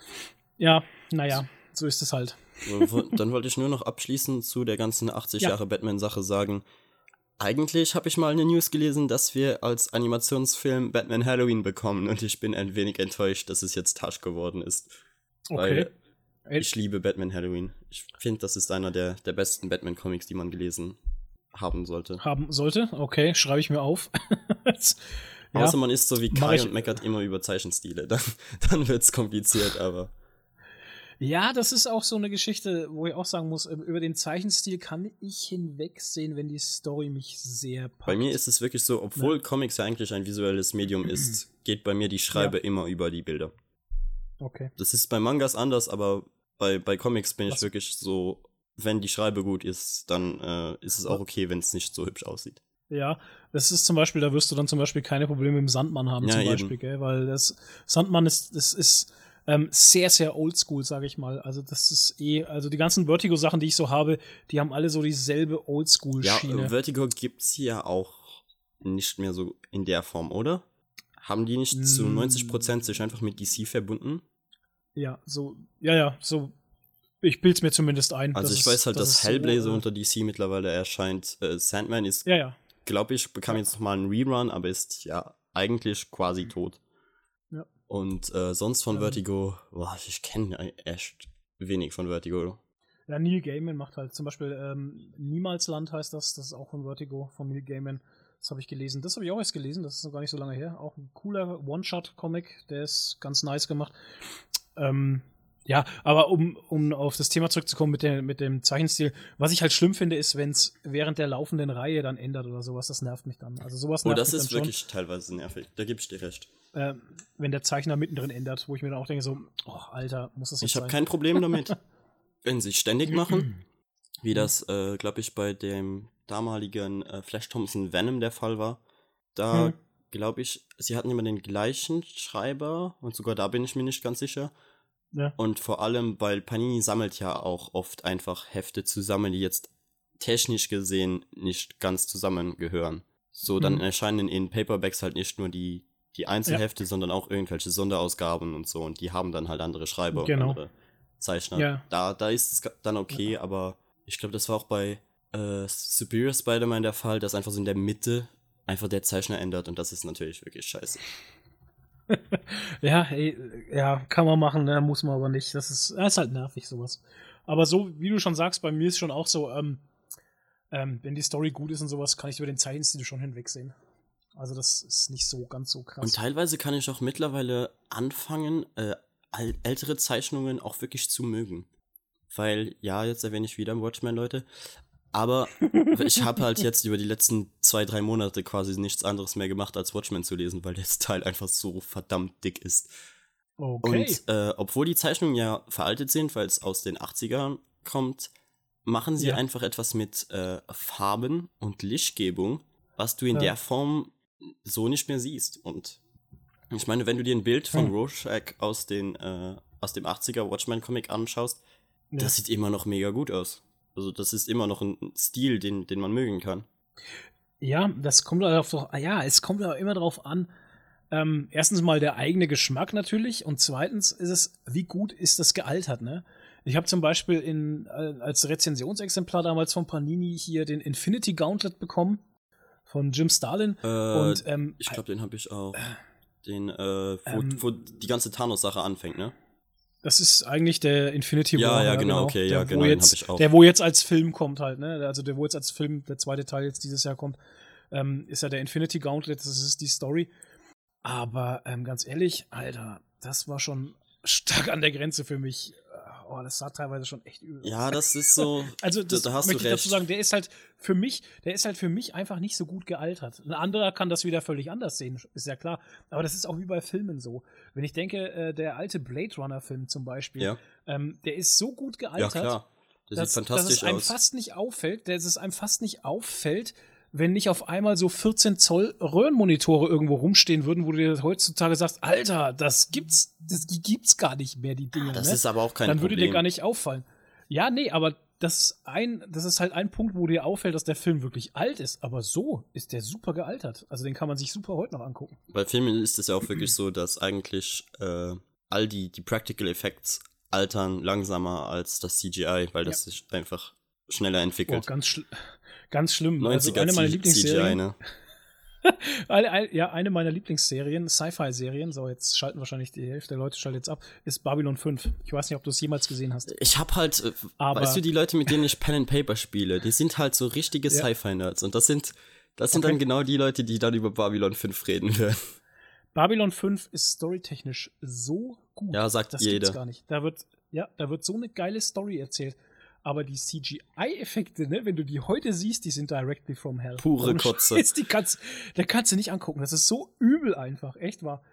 Ja, naja, so ist es halt. Dann wollte ich nur noch abschließend zu der ganzen 80 Jahre Batman-Sache sagen, eigentlich habe ich mal eine News gelesen, dass wir als Animationsfilm Batman Halloween bekommen und ich bin ein wenig enttäuscht, dass es jetzt Tasch geworden ist. Okay. Weil ich liebe Batman Halloween. Ich finde, das ist einer der besten Batman-Comics, die man gelesen haben sollte. Okay, schreibe ich mir auf. Außer man ist so wie Kai und meckert immer über Zeichenstile. Dann wird's kompliziert, aber... Ja, das ist auch so eine Geschichte, wo ich auch sagen muss, über den Zeichenstil kann ich hinwegsehen, wenn die Story mich sehr packt. Bei mir ist es wirklich so, obwohl Comics ja eigentlich ein visuelles Medium ist, geht bei mir die Schreibe immer über die Bilder. Okay. Das ist bei Mangas anders, aber bei Comics bin ich wirklich so, wenn die Schreibe gut ist, dann ist es auch okay, wenn es nicht so hübsch aussieht. Ja, das ist zum Beispiel, da wirst du dann zum Beispiel keine Probleme mit dem Sandmann haben, zum Beispiel, gell? Weil das Sandmann ist sehr, sehr oldschool, sage ich mal. Also das ist also die ganzen Vertigo-Sachen, die ich so habe, die haben alle so dieselbe Oldschool-Schiene. Ja, Vertigo gibt's ja auch nicht mehr so in der Form, oder? Haben die nicht zu 90% sich einfach mit DC verbunden? Ja, so, so, ich bild's mir zumindest ein. Also ich weiß halt, dass Hellblazer so, unter DC mittlerweile erscheint. Sandman ist, glaube ich, bekam jetzt nochmal einen Rerun, aber ist ja eigentlich quasi tot. Ja. Und sonst von Vertigo, ich kenne echt wenig von Vertigo. Ja, Neil Gaiman macht halt zum Beispiel Niemalsland heißt das ist auch von Vertigo, von Neil Gaiman. Das habe ich gelesen. Das habe ich auch erst gelesen, das ist noch gar nicht so lange her. Auch ein cooler One-Shot-Comic, der ist ganz nice gemacht. Ja, aber um auf das Thema zurückzukommen mit dem Zeichenstil, was ich halt schlimm finde, ist, wenn es während der laufenden Reihe dann ändert oder sowas, das nervt mich dann. Also sowas nervt mich dann schon. Das ist wirklich teilweise nervig, da gebe ich dir recht. Wenn der Zeichner mittendrin ändert, wo ich mir dann auch denke so, Alter, muss das jetzt sein? Ich habe kein Problem damit, wenn sie ständig machen, wie das, glaube ich, bei dem damaligen Flash Thompson Venom der Fall war. Da glaube ich, sie hatten immer den gleichen Schreiber und sogar da bin ich mir nicht ganz sicher. Ja. Und vor allem, weil Panini sammelt ja auch oft einfach Hefte zusammen, die jetzt technisch gesehen nicht ganz zusammengehören. So, dann erscheinen in Paperbacks halt nicht nur die Einzelhefte, sondern auch irgendwelche Sonderausgaben und so. Und die haben dann halt andere Schreiber und andere Zeichner. Ja. Da ist es dann okay, aber ich glaube, das war auch bei Superior Spider-Man der Fall, dass einfach so in der Mitte einfach der Zeichner ändert und das ist natürlich wirklich scheiße. Ja, kann man machen, ne? Muss man aber nicht. Das ist halt nervig, sowas. Aber so, wie du schon sagst, bei mir ist schon auch so, wenn die Story gut ist und sowas, kann ich über den Zeichenstil schon hinwegsehen. Also das ist nicht so ganz so krass. Und teilweise kann ich auch mittlerweile anfangen, ältere Zeichnungen auch wirklich zu mögen. Weil, ja, jetzt erwähne ich wieder Watchmen, Leute, aber ich habe halt jetzt über die letzten 2-3 Monate quasi nichts anderes mehr gemacht, als Watchmen zu lesen, weil das Teil einfach so verdammt dick ist. Okay. Und obwohl die Zeichnungen ja veraltet sind, weil es aus den 80ern kommt, machen sie einfach etwas mit Farben und Lichtgebung, was du in der Form so nicht mehr siehst. Und ich meine, wenn du dir ein Bild von Rorschach aus dem 80er Watchmen-Comic anschaust, das sieht immer noch mega gut aus. Also das ist immer noch ein Stil, den man mögen kann. Ja, es kommt aber immer darauf an, erstens mal der eigene Geschmack natürlich und zweitens ist es, wie gut ist das gealtert, ne? Ich habe zum Beispiel als Rezensionsexemplar damals von Panini hier den Infinity Gauntlet bekommen von Jim Starlin. Ich glaube, den habe ich auch. Wo die ganze Thanos-Sache anfängt, ne? Das ist eigentlich der Infinity War. Ja, genau, okay, ja, genau, den hab ich auch. Der, wo jetzt als Film kommt halt, ne? Also der, wo jetzt als Film, der zweite Teil jetzt dieses Jahr kommt, ist ja der Infinity Gauntlet, das ist die Story. Aber ganz ehrlich, Alter, das war schon stark an der Grenze für mich. Oh, das sah teilweise schon echt übel aus. Ja, das ist so. Also, das da hast möchte du ich recht. dazu sagen, der ist halt für mich einfach nicht so gut gealtert. Ein anderer kann das wieder völlig anders sehen, ist ja klar. Aber das ist auch wie bei Filmen so. Wenn ich denke, der alte Blade Runner-Film zum Beispiel, der ist so gut gealtert, Ja, klar. Der sieht fantastisch dass es einem fast nicht auffällt, wenn nicht auf einmal so 14 Zoll Röhrenmonitore irgendwo rumstehen würden, wo du dir heutzutage sagst, Alter, die gibt's gar nicht mehr, die Dinge. Das ne? ist aber auch kein Dann Problem. würde dir gar nicht auffallen. Ja, nee, aber das ist halt ein Punkt, wo dir auffällt, dass der Film wirklich alt ist. Aber so ist der super gealtert. Also den kann man sich super heute noch angucken. Bei Filmen ist es ja auch wirklich so, dass eigentlich all die Practical Effects altern langsamer als das CGI, weil das sich einfach schneller entwickelt. Boah, ganz schlimm. 90er also eine meiner Lieblingsserien. CGI, ne? Eine meiner Lieblingsserien, Sci-Fi-Serien, so jetzt schalten wahrscheinlich die Hälfte der Leute schaltet jetzt ab, ist Babylon 5. Ich weiß nicht, ob du es jemals gesehen hast. Ich hab halt, weißt du, die Leute, mit denen ich Pen and Paper spiele, die sind halt so richtige Sci-Fi-Nerds und das sind dann genau die Leute, die dann über Babylon 5 reden werden. Babylon 5 ist storytechnisch so gut. Ja, sagt das jeder. Gibt's gar nicht. Da wird so eine geile Story erzählt. Aber die CGI-Effekte, ne, wenn du die heute siehst, die sind directly from hell. Pure Kotze. Da kannst du nicht angucken. Das ist so übel einfach. Echt wahr.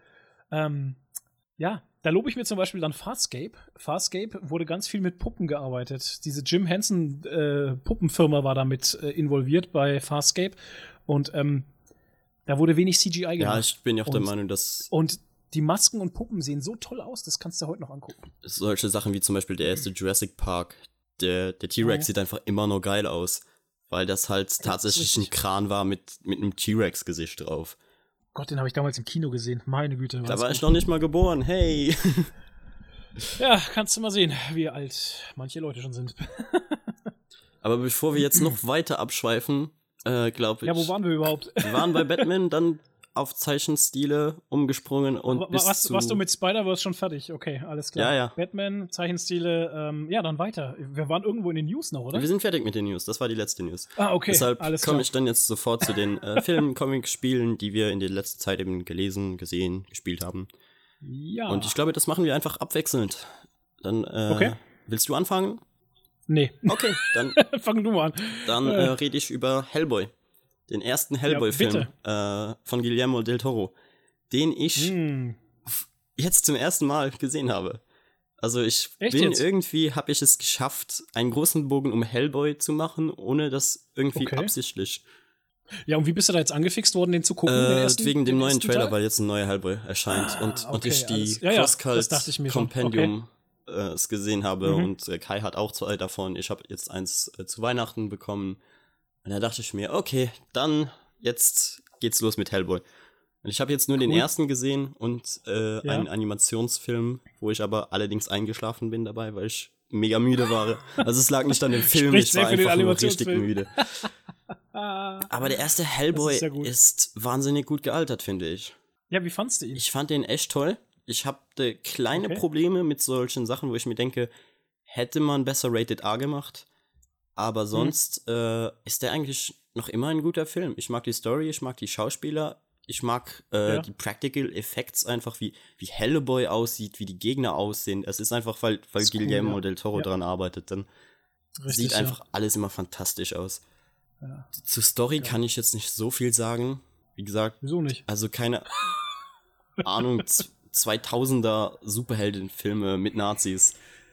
Ja, da lobe ich mir zum Beispiel dann Farscape. Farscape wurde ganz viel mit Puppen gearbeitet. Diese Jim Henson Puppenfirma war damit involviert bei Farscape. Und da wurde wenig CGI gemacht. Ja, ich bin ja auch der Meinung, dass. Und die Masken und Puppen sehen so toll aus, das kannst du heute noch angucken. Solche Sachen wie zum Beispiel der erste Jurassic Park. Der T-Rex sieht einfach immer noch geil aus, weil das halt tatsächlich ein Kran war mit einem T-Rex-Gesicht drauf. Gott, den habe ich damals im Kino gesehen. Meine Güte. Da war ich noch nicht mal geboren, hey. Ja, kannst du mal sehen, wie alt manche Leute schon sind. Aber bevor wir jetzt noch weiter abschweifen, glaube ich. Ja, wo waren wir überhaupt? Wir waren bei Batman, dann auf Zeichenstile umgesprungen und warst du mit Spider-Verse schon fertig? Okay, alles klar. Ja. Batman, Zeichenstile, ja, dann weiter. Wir waren irgendwo in den News noch, oder? Wir sind fertig mit den News, das war die letzte News. Okay, deshalb alles klar. komme ich dann jetzt sofort zu den Filmen, Comics, Spielen, die wir in der letzten Zeit eben gelesen, gesehen, gespielt haben. Ja. Und ich glaube, das machen wir einfach abwechselnd. Dann, willst du anfangen? Nee. Okay, dann fang du mal an. Dann rede ich über Hellboy. Den ersten Hellboy-Film von Guillermo del Toro, den ich jetzt zum ersten Mal gesehen habe. Also irgendwie habe ich es geschafft, einen großen Bogen um Hellboy zu machen, ohne das irgendwie absichtlich. Ja, und wie bist du da jetzt angefixt worden, den zu gucken? Wegen dem neuen Trailer, weil jetzt ein neuer Hellboy erscheint und ich die Crosscult-Compendium es gesehen habe und Kai hat auch 2 davon. Ich habe jetzt eins zu Weihnachten bekommen. Und da dachte ich mir, okay, dann jetzt geht's los mit Hellboy. Und ich habe jetzt nur den ersten gesehen und einen Animationsfilm, wo ich aber allerdings eingeschlafen bin dabei, weil ich mega müde war. Also es lag nicht an dem Film, ich war einfach nur richtig müde. Aber der erste Hellboy ist wahnsinnig gut gealtert, finde ich. Ja, wie fandst du ihn? Ich fand den echt toll. Ich hatte kleine Probleme mit solchen Sachen, wo ich mir denke, hätte man besser Rated R gemacht. Aber sonst ist der eigentlich noch immer ein guter Film. Ich mag die Story, ich mag die Schauspieler, ich mag die Practical Effects einfach, wie Hellboy aussieht, wie die Gegner aussehen. Es ist einfach, weil Guillermo del Toro dran arbeitet, dann sieht einfach alles immer fantastisch aus. Ja. Zur Story kann ich jetzt nicht so viel sagen. Wie gesagt, wieso nicht? Also keine Ahnung, 2000er Superheldenfilme mit Nazis.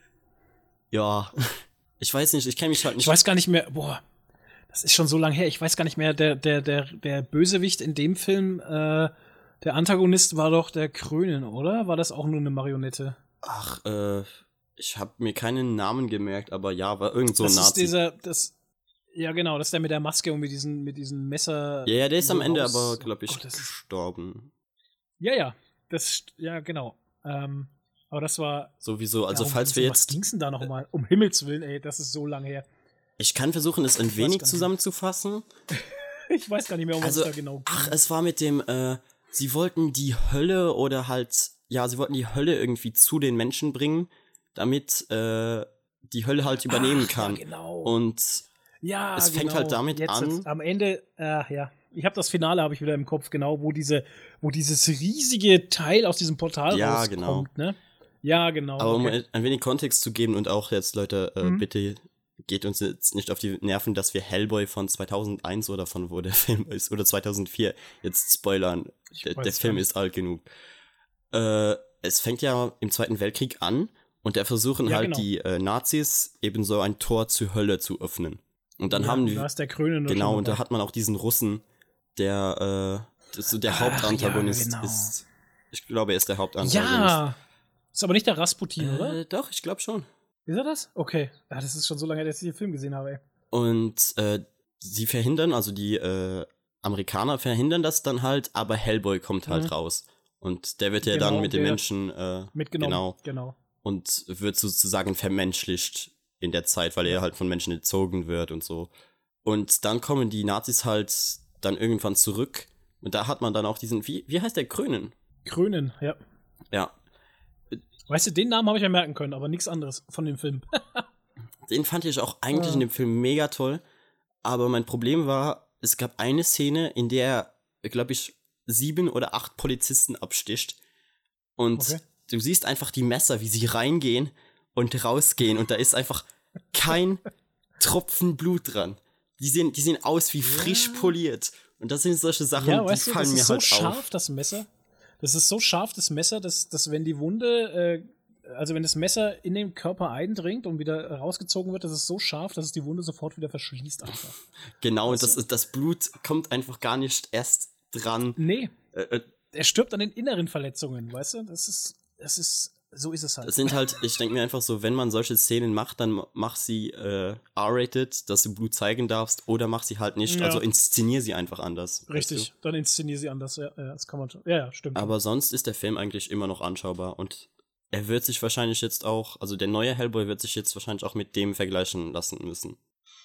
Ja, ich weiß nicht, ich kenne mich halt nicht. Ich weiß gar nicht mehr, das ist schon so lange her, ich weiß gar nicht mehr, der Bösewicht in dem Film, der Antagonist war doch der Krönen, oder? War das auch nur eine Marionette? Ach, ich habe mir keinen Namen gemerkt, aber ja, war irgend so ein Nazi. Ja, genau, das ist der mit der Maske und mit diesen Messer. Ja, der ist am Ende aber, glaube ich, gestorben. Ja, genau. Aber das war. Sowieso, also falls wir jetzt. Was ging's denn da nochmal? Um Himmels Willen, ey, das ist so lange her. Ich kann versuchen, es ein wenig zusammenzufassen. Ich weiß gar nicht mehr, was da genau ging. Ach, es war mit dem, sie wollten die Hölle oder halt, ja, sie wollten die Hölle irgendwie zu den Menschen bringen damit die Hölle halt übernehmen kann. Ja, genau. Und es fängt halt damit jetzt an. Am Ende, ja. Ich habe das Finale habe ich wieder im Kopf, genau, wo dieses riesige Teil aus diesem Portal rauskommt, genau. Ne? Ja, genau. Aber um ein wenig Kontext zu geben und auch jetzt, Leute, bitte geht uns jetzt nicht auf die Nerven, dass wir Hellboy von 2001 oder von wo der Film ist, oder 2004 jetzt spoilern. Der Film ist alt genug. Es fängt ja im Zweiten Weltkrieg an und da versuchen die Nazis ebenso ein Tor zur Hölle zu öffnen. Und dann haben wir. Da ist der Krönen genau, und da hat man auch diesen Russen, der so der Hauptantagonist ist. Ich glaube, er ist der Hauptantagonist. Ja! Ist aber nicht der Rasputin, oder? Doch, ich glaube schon. Ist er das? Okay. Ja, das ist schon so lange, dass ich den Film gesehen habe, ey. Und sie verhindern, also die Amerikaner verhindern das dann halt, aber Hellboy kommt halt raus. Und der wird ja dann mit den Menschen mitgenommen. Genau. Und wird sozusagen vermenschlicht in der Zeit, weil er halt von Menschen erzogen wird und so. Und dann kommen die Nazis halt dann irgendwann zurück. Und da hat man dann auch diesen, wie heißt der? Krönen? Krönen, ja. Ja. Weißt du, den Namen habe ich ja merken können, aber nichts anderes von dem Film. Den fand ich auch eigentlich in dem Film mega toll. Aber mein Problem war, es gab eine Szene, in der, glaube ich, 7 oder 8 Polizisten absticht. Und du siehst einfach die Messer, wie sie reingehen und rausgehen. Und da ist einfach kein Tropfen Blut dran. Die sehen aus wie frisch poliert. Und das sind solche Sachen, die fallen mir halt auf. Das ist so scharf, das Messer. Das ist so scharf, das Messer, dass wenn die Wunde, wenn das Messer in den Körper eindringt und wieder rausgezogen wird, das ist so scharf, dass es die Wunde sofort wieder verschließt einfach. Genau, und das Blut kommt einfach gar nicht erst dran. Nee. Er stirbt an den inneren Verletzungen, weißt du? So ist es halt. Das sind halt, ich denke mir einfach so, wenn man solche Szenen macht, dann mach sie R-rated, dass du Blut zeigen darfst, oder mach sie halt nicht, also inszenier sie einfach anders. Richtig, weißt du? Dann inszenier sie anders, ja, das kann man schon. Ja, stimmt. Aber sonst ist der Film eigentlich immer noch anschaubar und er wird sich wahrscheinlich jetzt auch, also der neue Hellboy wird sich jetzt wahrscheinlich auch mit dem vergleichen lassen müssen.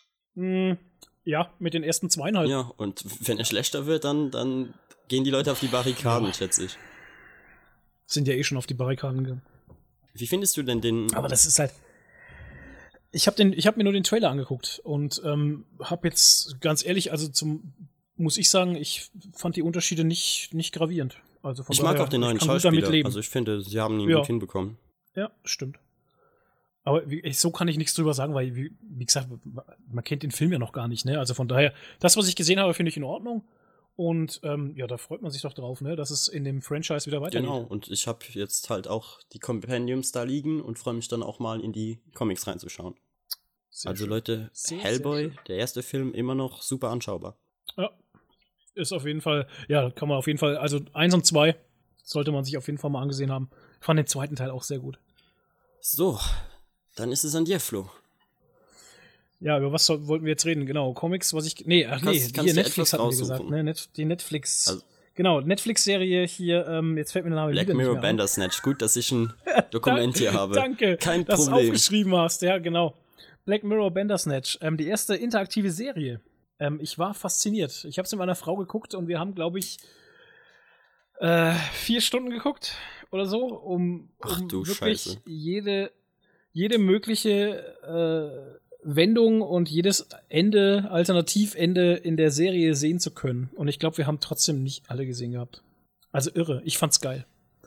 Ja, mit den ersten 2 halt. Ja, und wenn er schlechter wird, dann gehen die Leute auf die Barrikaden, schätze ich. Sind ja eh schon auf die Barrikaden gegangen. Wie findest du denn den? Aber das ist halt. Ich hab mir nur den Trailer angeguckt und hab jetzt ganz ehrlich, also muss ich sagen, ich fand die Unterschiede nicht gravierend. Also von ich mag auch den neuen Schauspieler. Also ich finde, sie haben ihn gut hinbekommen. Ja, stimmt. Aber so kann ich nichts drüber sagen, weil, wie gesagt, man kennt den Film ja noch gar nicht, ne? Also von daher, das, was ich gesehen habe, finde ich in Ordnung. Und da freut man sich doch drauf, ne, dass es in dem Franchise wieder weitergeht. Genau, und ich habe jetzt halt auch die Compendiums da liegen und freue mich dann auch mal in die Comics reinzuschauen. Sehr schön. Leute, Hellboy, der erste Film, immer noch super anschaubar. Ja, ist auf jeden Fall, ja, kann man auf jeden Fall, also 1 und 2 sollte man sich auf jeden Fall mal angesehen haben. Ich fand den zweiten Teil auch sehr gut. So, dann ist es an dir, Flo. Ja, über was wollten wir jetzt reden? Genau, Comics, hier Netflix hatten wir gesagt, ne? Die Netflix, also, genau, Netflix-Serie hier, jetzt fällt mir der Name Black Mirror Bandersnatch, gut, dass ich ein Dokument hier habe. Danke, kein dass Problem. Du aufgeschrieben hast, ja, genau. Black Mirror Bandersnatch, die erste interaktive Serie. Ich war fasziniert. Ich habe es mit meiner Frau geguckt und wir haben, glaube ich, 4 Stunden geguckt oder so, um wirklich Scheiße. jede mögliche Wendung und jedes Alternativende in der Serie sehen zu können. Und ich glaube, wir haben trotzdem nicht alle gesehen gehabt. Also irre. Ich fand's geil.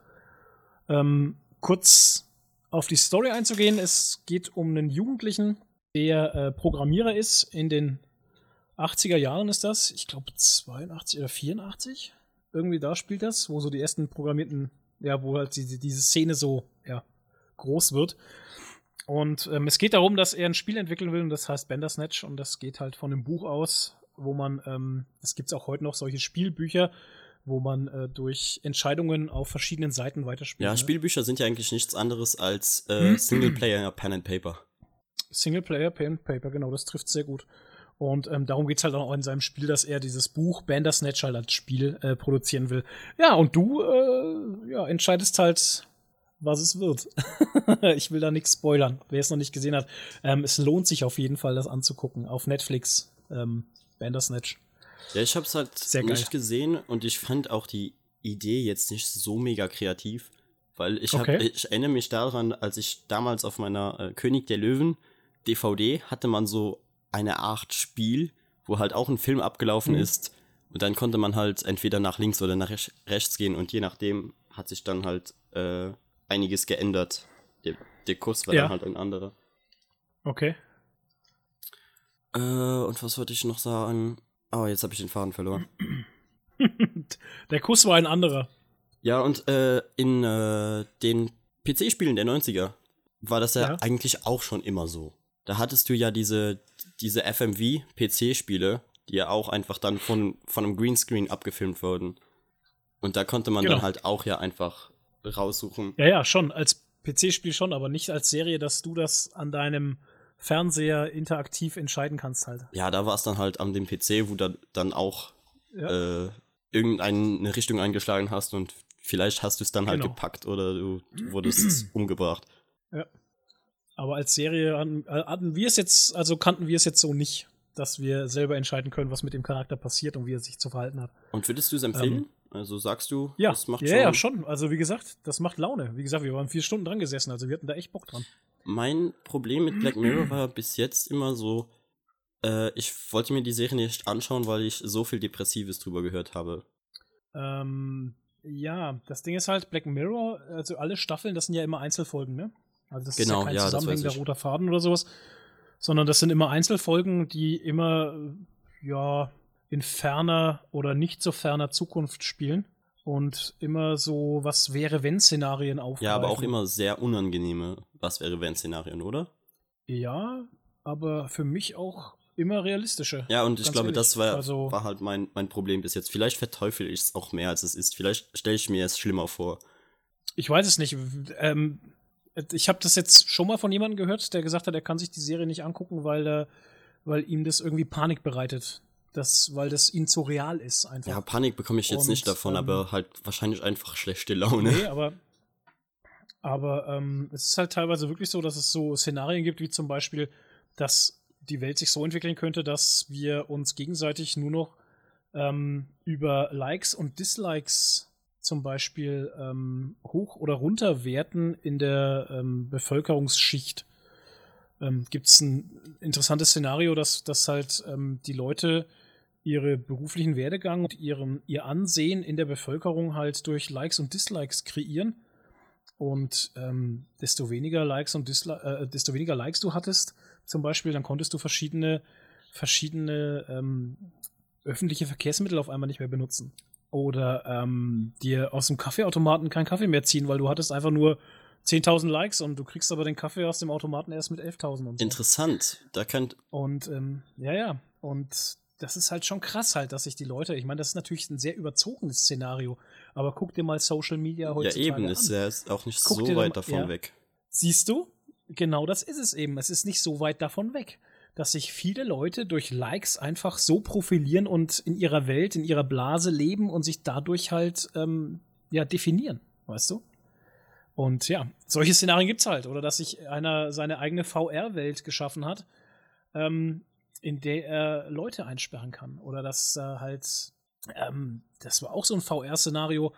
Kurz auf die Story einzugehen. Es geht um einen Jugendlichen, der Programmierer ist. In den 80er Jahren ist das. Ich glaube 82 oder 84. Irgendwie da spielt das, wo so die ersten programmierten, ja, wo halt diese Szene so, ja, groß wird. Und es geht darum, dass er ein Spiel entwickeln will und das heißt Bandersnatch und das geht halt von einem Buch aus, wo man, es gibt auch heute noch solche Spielbücher, wo man durch Entscheidungen auf verschiedenen Seiten weiterspielt. Ja, Spielbücher sind ja eigentlich nichts anderes als Singleplayer Pen and Paper. Singleplayer Pen and Paper, genau, das trifft sehr gut. Und darum geht es halt auch in seinem Spiel, dass er dieses Buch Bandersnatch halt als Spiel produzieren will. Ja, und du entscheidest halt, was es wird. Ich will da nichts spoilern, wer es noch nicht gesehen hat. Es lohnt sich auf jeden Fall, das anzugucken. Auf Netflix, Bandersnatch. Ja, ich hab's halt nicht gesehen und ich fand auch die Idee jetzt nicht so mega kreativ. Weil ich Okay. ich erinnere mich daran, als ich damals auf meiner König der Löwen DVD hatte man so eine Art Spiel, wo halt auch ein Film abgelaufen ist. Und dann konnte man halt entweder nach links oder nach rechts gehen. Und je nachdem hat sich dann halt einiges geändert. Der Kurs war Ja. dann halt ein anderer. Okay. Und was wollte ich noch sagen? Oh, jetzt habe ich den Faden verloren. Der Kuss war ein anderer. Ja, und in den PC-Spielen der 90er war das ja eigentlich auch schon immer so. Da hattest du ja diese FMV-PC-Spiele, die ja auch einfach dann von einem Greenscreen abgefilmt wurden. Und da konnte man dann halt auch ja einfach raussuchen. Ja, schon. Als PC-Spiel schon, aber nicht als Serie, dass du das an deinem Fernseher interaktiv entscheiden kannst halt. Ja, da war es dann halt an dem PC, wo du dann auch irgendeine Richtung eingeschlagen hast und vielleicht hast du es dann halt gepackt oder du wurdest umgebracht. Ja. Aber als Serie kannten wir es jetzt so nicht, dass wir selber entscheiden können, was mit dem Charakter passiert und wie er sich zu verhalten hat. Und würdest du es empfehlen? Also sagst du, ja, das macht schon. Ja, schon. Also wie gesagt, das macht Laune. Wie gesagt, wir waren 4 Stunden dran gesessen, also wir hatten da echt Bock dran. Mein Problem mit Black Mirror war bis jetzt immer so, ich wollte mir die Serie nicht anschauen, weil ich so viel Depressives drüber gehört habe. Ja, das Ding ist halt, Black Mirror, also alle Staffeln, das sind ja immer Einzelfolgen, ne? Also das ist ja kein zusammenhängender roter Faden oder sowas, sondern das sind immer Einzelfolgen, die immer, in ferner oder nicht so ferner Zukunft spielen und immer so Was-wäre-wenn-Szenarien aufgreifen. Ja, aber auch immer sehr unangenehme Was-wäre-wenn-Szenarien, oder? Ja, aber für mich auch immer realistische. Ja, und ich glaube, das war halt mein Problem bis jetzt. Vielleicht verteufel ich es auch mehr, als es ist. Vielleicht stelle ich mir es schlimmer vor. Ich weiß es nicht. Ich habe das jetzt schon mal von jemandem gehört, der gesagt hat, er kann sich die Serie nicht angucken, weil ihm das irgendwie Panik bereitet. Weil das ihm zu real ist einfach. Ja, Panik bekomme ich jetzt nicht davon, aber halt wahrscheinlich einfach schlechte Laune. Nee, aber es ist halt teilweise wirklich so, dass es so Szenarien gibt, wie zum Beispiel, dass die Welt sich so entwickeln könnte, dass wir uns gegenseitig nur noch über Likes und Dislikes zum Beispiel hoch oder runter werten in der Bevölkerungsschicht. Gibt es ein interessantes Szenario, dass halt die Leute ihre beruflichen Werdegang und ihr Ansehen in der Bevölkerung halt durch Likes und Dislikes kreieren. Und desto weniger Likes du hattest, zum Beispiel, dann konntest du verschiedene öffentliche Verkehrsmittel auf einmal nicht mehr benutzen. Oder dir aus dem Kaffeeautomaten keinen Kaffee mehr ziehen, weil du hattest einfach nur 10.000 Likes und du kriegst aber den Kaffee aus dem Automaten erst mit 11.000 und so. Interessant. Und und das ist halt schon krass halt, dass sich die Leute, ich meine, das ist natürlich ein sehr überzogenes Szenario, aber guck dir mal Social Media heutzutage an. Ja, eben, ist auch nicht so weit davon weg. Siehst du? Genau das ist es eben. Es ist nicht so weit davon weg, dass sich viele Leute durch Likes einfach so profilieren und in ihrer Welt, in ihrer Blase leben und sich dadurch halt definieren, weißt du? Und ja, solche Szenarien gibt's halt. Oder dass sich einer seine eigene VR-Welt geschaffen hat, in der er Leute einsperren kann. Oder dass das war auch so ein VR-Szenario,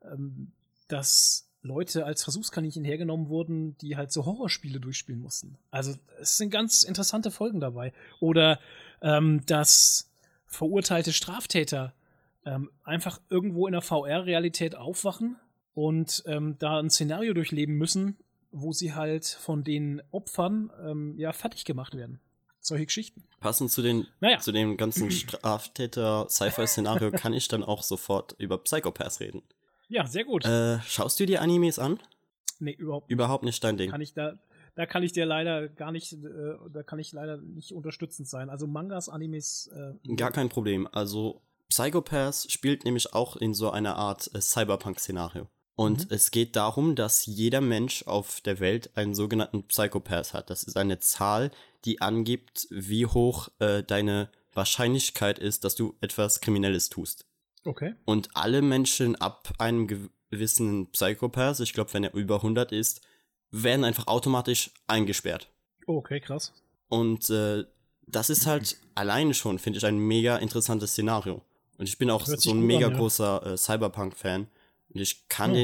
dass Leute als Versuchskaninchen hergenommen wurden, die halt so Horrorspiele durchspielen mussten. Also es sind ganz interessante Folgen dabei. Oder dass verurteilte Straftäter einfach irgendwo in der VR-Realität aufwachen und da ein Szenario durchleben müssen, wo sie halt von den Opfern fertig gemacht werden. Solche Geschichten. Passend zu dem ganzen Straftäter-Sci-Fi-Szenario kann ich dann auch sofort über Psycho-Pass reden. Ja, sehr gut. Schaust du dir Animes an? Nee, überhaupt nicht. Überhaupt nicht dein Ding. Da kann ich dir leider leider nicht unterstützend sein. Also Mangas, Animes. Gar kein Problem. Also Psycho Pass spielt nämlich auch in so einer Art Cyberpunk-Szenario. Und es geht darum, dass jeder Mensch auf der Welt einen sogenannten Psycho Pass hat. Das ist eine Zahl, die angibt, wie hoch deine Wahrscheinlichkeit ist, dass du etwas Kriminelles tust. Okay. Und alle Menschen ab einem gewissen Psycho Pass, ich glaube, wenn er über 100 ist, werden einfach automatisch eingesperrt. Okay, krass. Und das ist halt alleine schon, finde ich, ein mega interessantes Szenario. Und ich bin auch so ein mega großer Cyberpunk-Fan. Und ich kann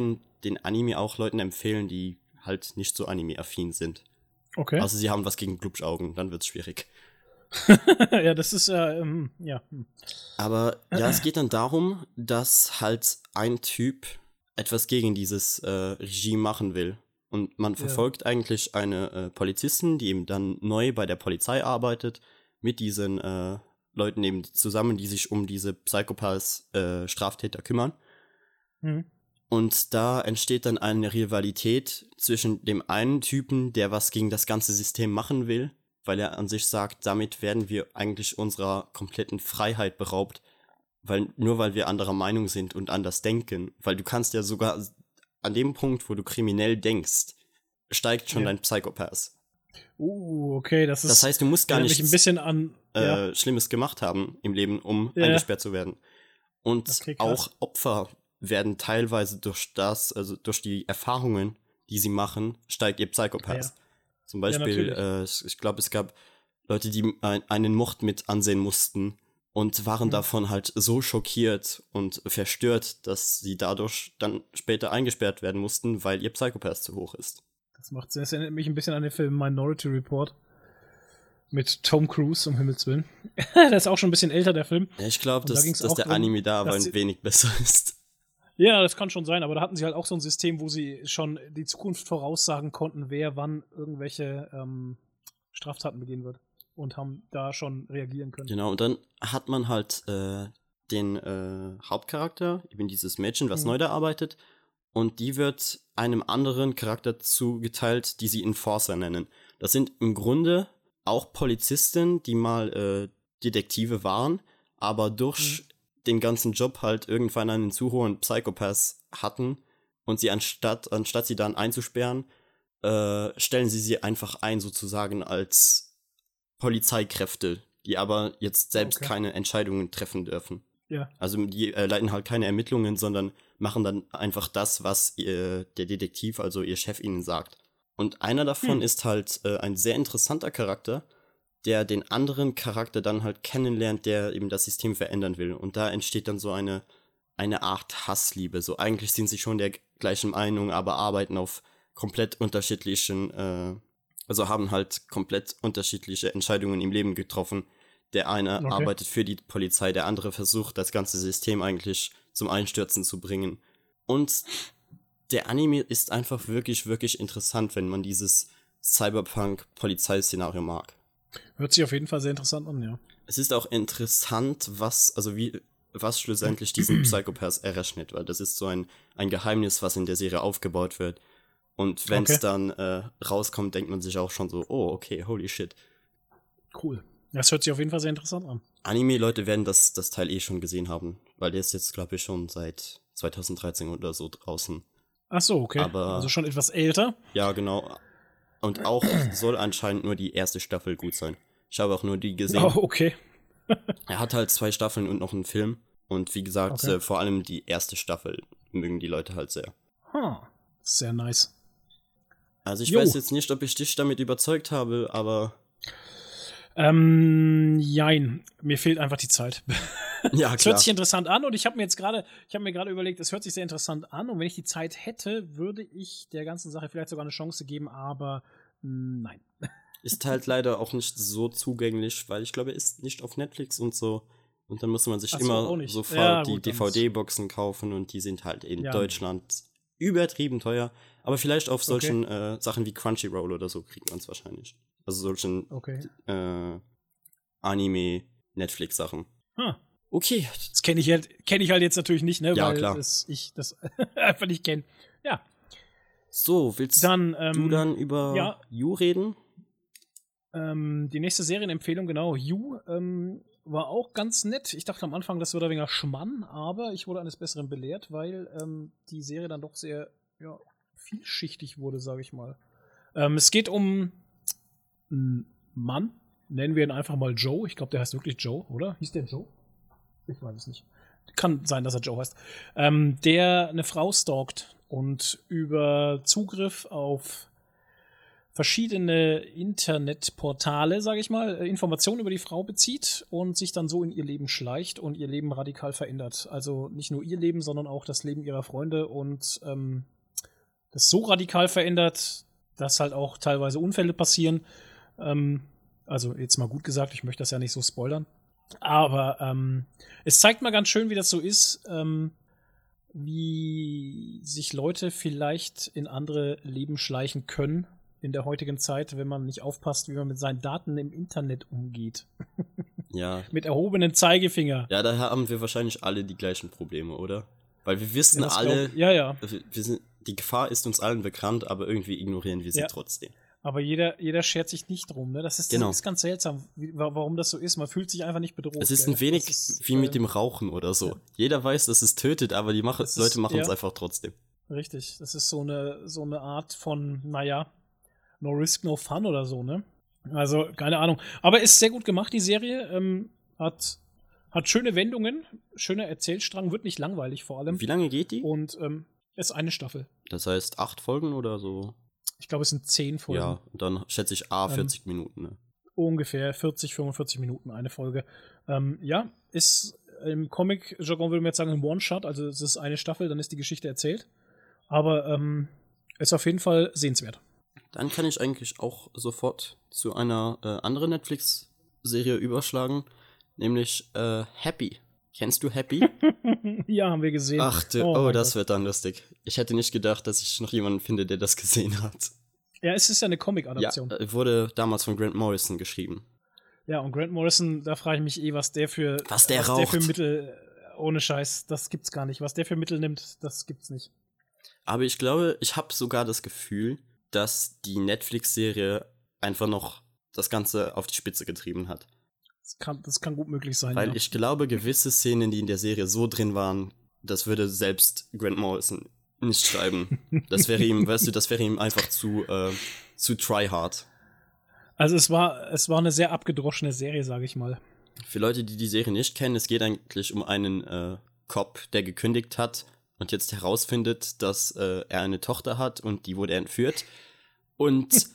den Anime auch Leuten empfehlen, die halt nicht so anime-affin sind. Okay. Also sie haben was gegen Glubschaugen, dann wird's schwierig. Ja, das ist ja. Aber ja, es geht dann darum, dass halt ein Typ etwas gegen dieses Regime machen will. Und man verfolgt eigentlich eine Polizistin, die eben dann neu bei der Polizei arbeitet, mit diesen Leuten eben zusammen, die sich um diese Psychopaths-Straftäter kümmern. Mhm. Und da entsteht dann eine Rivalität zwischen dem einen Typen, der was gegen das ganze System machen will, weil er an sich sagt, damit werden wir eigentlich unserer kompletten Freiheit beraubt, nur weil wir anderer Meinung sind und anders denken. Weil du kannst ja sogar an dem Punkt, wo du kriminell denkst, steigt schon dein Psychopath. Okay, das heißt, du musst gar nicht ein bisschen an Schlimmes gemacht haben im Leben, um eingesperrt zu werden. Und auch Opfer werden teilweise durch die Erfahrungen, die sie machen, steigt ihr Psychopath. Ja. Zum Beispiel, ich glaube, es gab Leute, die einen Mord mit ansehen mussten und waren davon halt so schockiert und verstört, dass sie dadurch dann später eingesperrt werden mussten, weil ihr Psychopath zu hoch ist. Das erinnert mich ein bisschen an den Film Minority Report mit Tom Cruise, um Himmels Willen. Der ist auch schon ein bisschen älter, der Film. Ja, ich glaube, dass der Anime da aber ein wenig besser ist. Ja, das kann schon sein, aber da hatten sie halt auch so ein System, wo sie schon die Zukunft voraussagen konnten, wer wann irgendwelche Straftaten begehen wird und haben da schon reagieren können. Genau, und dann hat man halt den Hauptcharakter, eben dieses Mädchen, was neu da arbeitet, und die wird einem anderen Charakter zugeteilt, die sie Enforcer nennen. Das sind im Grunde auch Polizisten, die mal Detektive waren, aber durch den ganzen Job halt irgendwann einen zu hohen Psychopath hatten und sie anstatt sie dann einzusperren, stellen sie einfach ein sozusagen als Polizeikräfte, die aber jetzt selbst keine Entscheidungen treffen dürfen. Ja. Also die leiten halt keine Ermittlungen, sondern machen dann einfach das, was der Detektiv, also ihr Chef, ihnen sagt. Und einer davon ist halt ein sehr interessanter Charakter, der den anderen Charakter dann halt kennenlernt, der eben das System verändern will. Und da entsteht dann so eine Art Hassliebe. So eigentlich sind sie schon der gleichen Meinung, aber arbeiten auf komplett unterschiedlichen, also haben halt komplett unterschiedliche Entscheidungen im Leben getroffen. Der eine arbeitet für die Polizei, der andere versucht, das ganze System eigentlich zum Einstürzen zu bringen. Und der Anime ist einfach wirklich, wirklich interessant, wenn man dieses Cyberpunk-Polizeiszenario mag. Hört sich auf jeden Fall sehr interessant an, ja. Es ist auch interessant, was schlussendlich diesen Psychopath errechnet, weil das ist so ein Geheimnis, was in der Serie aufgebaut wird. Und wenn es dann rauskommt, denkt man sich auch schon so, oh, okay, holy shit. Cool. Das hört sich auf jeden Fall sehr interessant an. Anime-Leute werden das Teil schon gesehen haben, weil der ist jetzt, glaube ich, schon seit 2013 oder so draußen. Ach so, okay. Also schon etwas älter. Ja, genau. Und auch soll anscheinend nur die erste Staffel gut sein. Ich habe auch nur die gesehen. Oh, okay. Er hat halt 2 Staffeln und noch einen Film. Und wie gesagt, vor allem die erste Staffel mögen die Leute halt sehr. Sehr nice. Also ich weiß jetzt nicht, ob ich dich damit überzeugt habe, aber jein. Mir fehlt einfach die Zeit. Ja, klar. Es hört sich interessant an und ich habe mir gerade überlegt, es hört sich sehr interessant an und wenn ich die Zeit hätte, würde ich der ganzen Sache vielleicht sogar eine Chance geben, aber nein. Ist halt leider auch nicht so zugänglich, weil ich glaube, er ist nicht auf Netflix und so. Und dann muss man sich immer sofort die DVD-Boxen kaufen und die sind halt in Deutschland übertrieben teuer. Aber vielleicht auf solchen Sachen wie Crunchyroll oder so kriegt man es wahrscheinlich. Also solchen Anime-Netflix-Sachen. Okay. Das kenne ich halt jetzt natürlich nicht, ne? Ja, weil klar. Ich das einfach nicht kenne. Ja. So, willst du dann über You reden? Die nächste Serienempfehlung, genau. You war auch ganz nett. Ich dachte am Anfang, das würde weniger Schmann, aber ich wurde eines Besseren belehrt, weil die Serie dann doch sehr vielschichtig wurde, sage ich mal. Es geht um einen Mann, nennen wir ihn einfach mal Joe. Ich glaube, der heißt wirklich Joe, oder? Hieß der Joe? Ich weiß es nicht. Kann sein, dass er Joe heißt. Der eine Frau stalkt und über Zugriff auf verschiedene Internetportale, sage ich mal, Informationen über die Frau bezieht und sich dann so in ihr Leben schleicht und ihr Leben radikal verändert. Also nicht nur ihr Leben, sondern auch das Leben ihrer Freunde und das so radikal verändert, dass halt auch teilweise Unfälle passieren. Also jetzt mal gut gesagt, ich möchte das ja nicht so spoilern. Aber es zeigt mal ganz schön, wie das so ist, wie sich Leute vielleicht in andere Leben schleichen können in der heutigen Zeit, wenn man nicht aufpasst, wie man mit seinen Daten im Internet umgeht. Ja. Mit erhobenem Zeigefinger. Ja, daher haben wir wahrscheinlich alle die gleichen Probleme, oder? Weil wir wissen Ja, alle, ja. Die Gefahr ist uns allen bekannt, aber irgendwie ignorieren wir sie trotzdem. Aber jeder schert sich nicht drum, ne? Das ist ganz seltsam, warum das so ist. Man fühlt sich einfach nicht bedroht. Es ist ein wenig wie mit dem Rauchen oder so. Ja. Jeder weiß, dass es tötet, aber Leute machen es einfach trotzdem. Richtig, das ist so eine Art von, no risk, no fun oder so, ne? Also, keine Ahnung. Aber ist sehr gut gemacht, die Serie. Hat schöne Wendungen, schöner Erzählstrang, wird nicht langweilig vor allem. Wie lange geht die? Und ist eine Staffel. Das heißt 8 Folgen oder so? Ich glaube, es sind 10 Folgen. Ja, und dann schätze ich 40 Minuten, ne? Ungefähr 40, 45 Minuten eine Folge. Ist im Comic-Jargon würde man jetzt sagen ein One-Shot, also es ist eine Staffel, dann ist die Geschichte erzählt. Aber ist auf jeden Fall sehenswert. Dann kann ich eigentlich auch sofort zu einer anderen Netflix-Serie überschlagen, nämlich Happy. Kennst du Happy? Ja, haben wir gesehen. Ach, das wird dann lustig. Ich hätte nicht gedacht, dass ich noch jemanden finde, der das gesehen hat. Ja, es ist ja eine Comic-Adaption. Ja, wurde damals von Grant Morrison geschrieben. Ja, und Grant Morrison, da frage ich mich was der für Mittel, ohne Scheiß, das gibt's gar nicht. Was der für Mittel nimmt, das gibt's nicht. Aber ich glaube, ich habe sogar das Gefühl, dass die Netflix-Serie einfach noch das Ganze auf die Spitze getrieben hat. Das kann gut möglich sein. Weil ich glaube, gewisse Szenen, die in der Serie so drin waren, das würde selbst Grant Morrison nicht schreiben. Das wäre ihm einfach zu tryhard. Also es war eine sehr abgedroschene Serie, sage ich mal. Für Leute, die die Serie nicht kennen, es geht eigentlich um einen Cop, der gekündigt hat und jetzt herausfindet, dass er eine Tochter hat und die wurde entführt. Und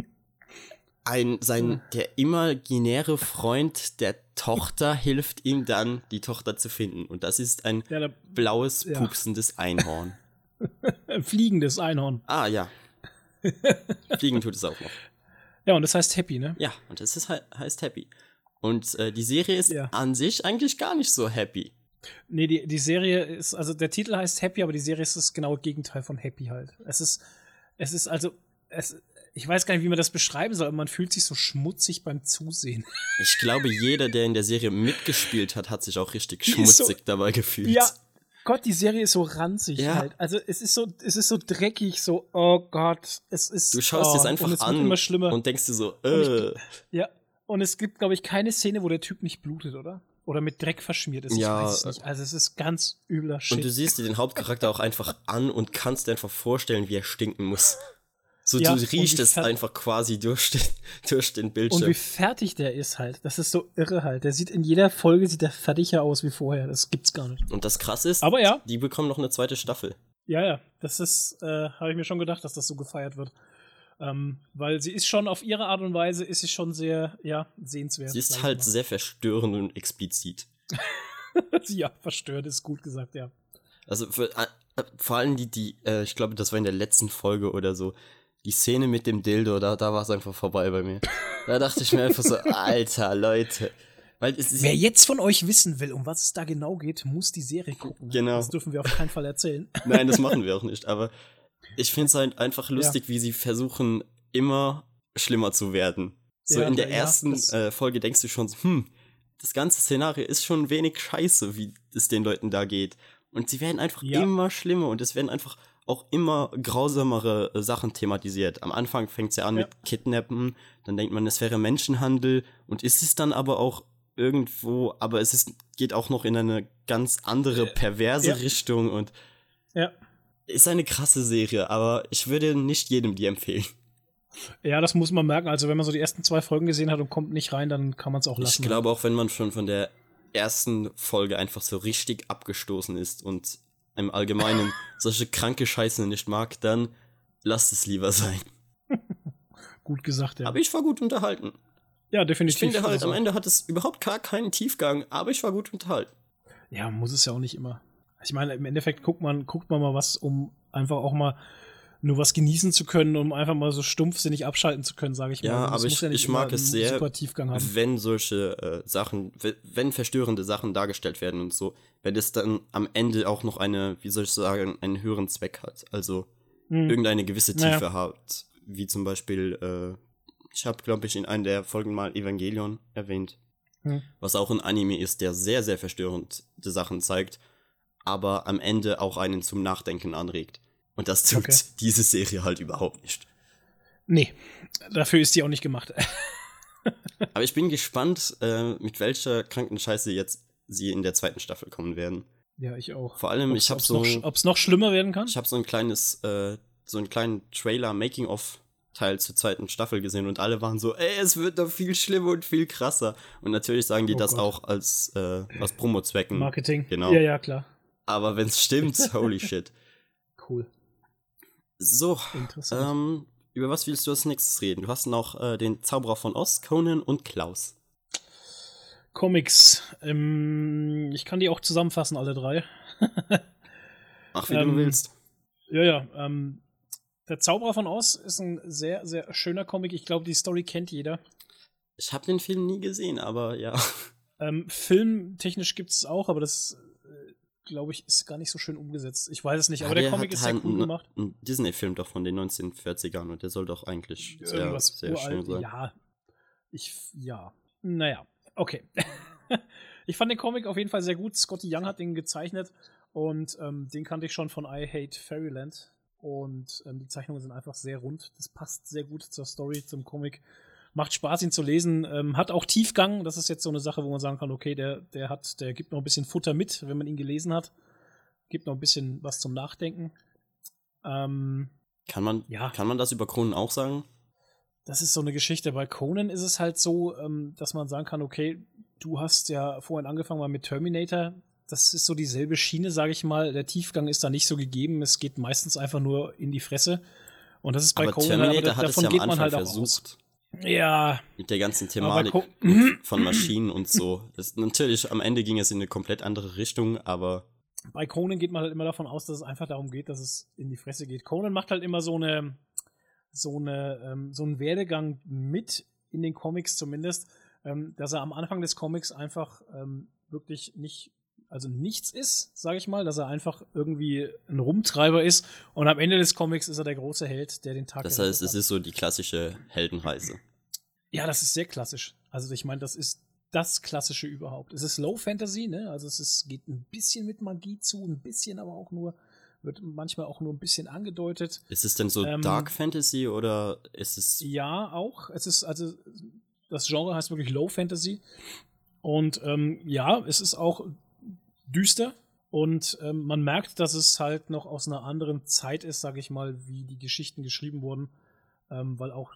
der imaginäre Freund der Tochter hilft ihm dann, die Tochter zu finden. Und das ist ein blaues, pupsendes Einhorn. Fliegendes Einhorn. Ah, ja. Fliegen tut es auch noch. Ja, und das heißt Happy, ne? Ja, und das heißt Happy. Und die Serie ist an sich eigentlich gar nicht so happy. Nee, die Serie ist, also der Titel heißt Happy, aber die Serie ist das genaue Gegenteil von Happy halt. Ich weiß gar nicht, wie man das beschreiben soll, aber man fühlt sich so schmutzig beim Zusehen. Ich glaube, jeder, der in der Serie mitgespielt hat, hat sich auch richtig schmutzig dabei gefühlt. Ja, Gott, die Serie ist so ranzig halt. Also es ist so dreckig, so, oh Gott, es ist. Du schaust es einfach an immer schlimmer. Und denkst dir so, und es gibt, glaube ich, keine Szene, wo der Typ nicht blutet, oder? Oder mit Dreck verschmiert ist. Ja, ich weiß es nicht. Also es ist ganz übler Shit. Und du siehst dir den Hauptcharakter auch einfach an und kannst dir einfach vorstellen, wie er stinken muss. So, du riechst es einfach quasi durch den Bildschirm. Und wie fertig der ist halt. Das ist so irre halt. Der sieht in jeder Folge fertiger aus wie vorher. Das gibt's gar nicht. Und das Krasse ist, die bekommen noch eine zweite Staffel. Ja. Das ist, habe ich mir schon gedacht, dass das so gefeiert wird. Weil sie ist schon auf ihre Art und Weise, ist sie schon sehr, sehenswert. Sie ist halt sehr verstörend und explizit. Ja, verstörend ist gut gesagt, ja. Also vor allem ich glaube, das war in der letzten Folge oder so, die Szene mit dem Dildo, da war es einfach vorbei bei mir. Da dachte ich mir einfach so, Alter, Leute. Wer jetzt von euch wissen will, um was es da genau geht, muss die Serie gucken. Genau. Das dürfen wir auf keinen Fall erzählen. Nein, das machen wir auch nicht. Aber ich finde es halt einfach lustig, wie sie versuchen, immer schlimmer zu werden. So in der ersten Folge denkst du schon so, das ganze Szenario ist schon wenig scheiße, wie es den Leuten da geht. Und sie werden einfach immer schlimmer und es werden einfach auch immer grausamere Sachen thematisiert. Am Anfang fängt es ja an mit Kidnappen, dann denkt man, es wäre Menschenhandel und ist es dann aber auch irgendwo, aber geht auch noch in eine ganz andere, perverse Richtung und ist eine krasse Serie, aber ich würde nicht jedem die empfehlen. Ja, das muss man merken. Also wenn man so die ersten 2 Folgen gesehen hat und kommt nicht rein, dann kann man es auch lassen. Ich glaube auch, wenn man schon von der ersten Folge einfach so richtig abgestoßen ist und im Allgemeinen solche kranke Scheiße nicht mag, dann lasst es lieber sein. Gut gesagt, ja. Aber ich war gut unterhalten. Ja, definitiv. Ich finde halt, am Ende hat es überhaupt gar keinen Tiefgang, aber ich war gut unterhalten. Ja, muss es ja auch nicht immer. Ich meine, im Endeffekt guckt man mal was, um einfach auch mal nur was genießen zu können, um einfach mal so stumpfsinnig abschalten zu können, sage ich mal. Ja, aber ich mag es sehr, haben. wenn solche Sachen, wenn verstörende Sachen dargestellt werden und so, wenn es dann am Ende auch noch wie soll ich sagen, einen höheren Zweck hat. Also irgendeine gewisse Tiefe hat. Wie zum Beispiel, ich habe, glaube ich, in einer der Folgen mal Evangelion erwähnt, was auch ein Anime ist, der sehr, sehr verstörende Sachen zeigt, aber am Ende auch einen zum Nachdenken anregt. Und das tut diese Serie halt überhaupt nicht. Nee, dafür ist die auch nicht gemacht. Aber ich bin gespannt, mit welcher kranken Scheiße jetzt sie in der 2. Staffel kommen werden. Ja, ich auch. Vor allem, ob es noch schlimmer werden kann? Ich habe so einen kleinen Trailer, Making-of-Teil zur 2. Staffel gesehen und alle waren so, es wird doch viel schlimmer und viel krasser. Und natürlich sagen die das auch als aus Promo-Zwecken. Marketing. Genau. Ja, klar. Aber wenn es stimmt, holy shit. Cool. So, über was willst du als nächstes reden? Du hast noch den Zauberer von Oz, Conan und Klaus. Comics. Ich kann die auch zusammenfassen, alle 3. Ach, wie du willst. Ja. Der Zauberer von Oz ist ein sehr, sehr schöner Comic. Ich glaube, die Story kennt jeder. Ich habe den Film nie gesehen, aber ja. Filmtechnisch gibt es auch, aber das glaube ich, ist gar nicht so schön umgesetzt. Ich weiß es nicht, aber der Comic ist sehr cool gemacht. Ein Disney-Film doch von den 1940ern und der soll doch eigentlich sehr, sehr schön sein. Ja. Naja, okay. Ich fand den Comic auf jeden Fall sehr gut. Scotty Young hat den gezeichnet und den kannte ich schon von I Hate Fairyland. Und die Zeichnungen sind einfach sehr rund. Das passt sehr gut zur Story, zum Comic. Macht Spaß, ihn zu lesen. Hat auch Tiefgang. Das ist jetzt so eine Sache, wo man sagen kann, okay, der gibt noch ein bisschen Futter mit, wenn man ihn gelesen hat. Gibt noch ein bisschen was zum Nachdenken. Kann man das über Conan auch sagen? Das ist so eine Geschichte. Bei Conan ist es halt so, dass man sagen kann, okay, du hast ja vorhin angefangen mal mit Terminator. Das ist so dieselbe Schiene, sage ich mal. Der Tiefgang ist da nicht so gegeben. Es geht meistens einfach nur in die Fresse. Und das ist bei Conan, Terminator hat davon es ja am Anfang versucht. Ja. Mit der ganzen Thematik von Maschinen und so. Natürlich, am Ende ging es in eine komplett andere Richtung, aber bei Conan geht man halt immer davon aus, dass es einfach darum geht, dass es in die Fresse geht. Conan macht halt immer so einen Werdegang mit in den Comics zumindest, dass er am Anfang des Comics einfach wirklich nichts ist, sage ich mal, dass er einfach irgendwie ein Rumtreiber ist und am Ende des Comics ist er der große Held, der den Tag Das heißt, es ist so die klassische Heldenreise. Ja, das ist sehr klassisch. Also ich meine, das ist das Klassische überhaupt. Es ist Low Fantasy, ne? Also geht ein bisschen mit Magie zu, ein bisschen aber auch nur, wird manchmal auch nur ein bisschen angedeutet. Ist es denn so Dark Fantasy oder ist es... Ja, auch. Es ist, also das Genre heißt wirklich Low Fantasy und es ist auch düster und man merkt, dass es halt noch aus einer anderen Zeit ist, sage ich mal, wie die Geschichten geschrieben wurden, weil auch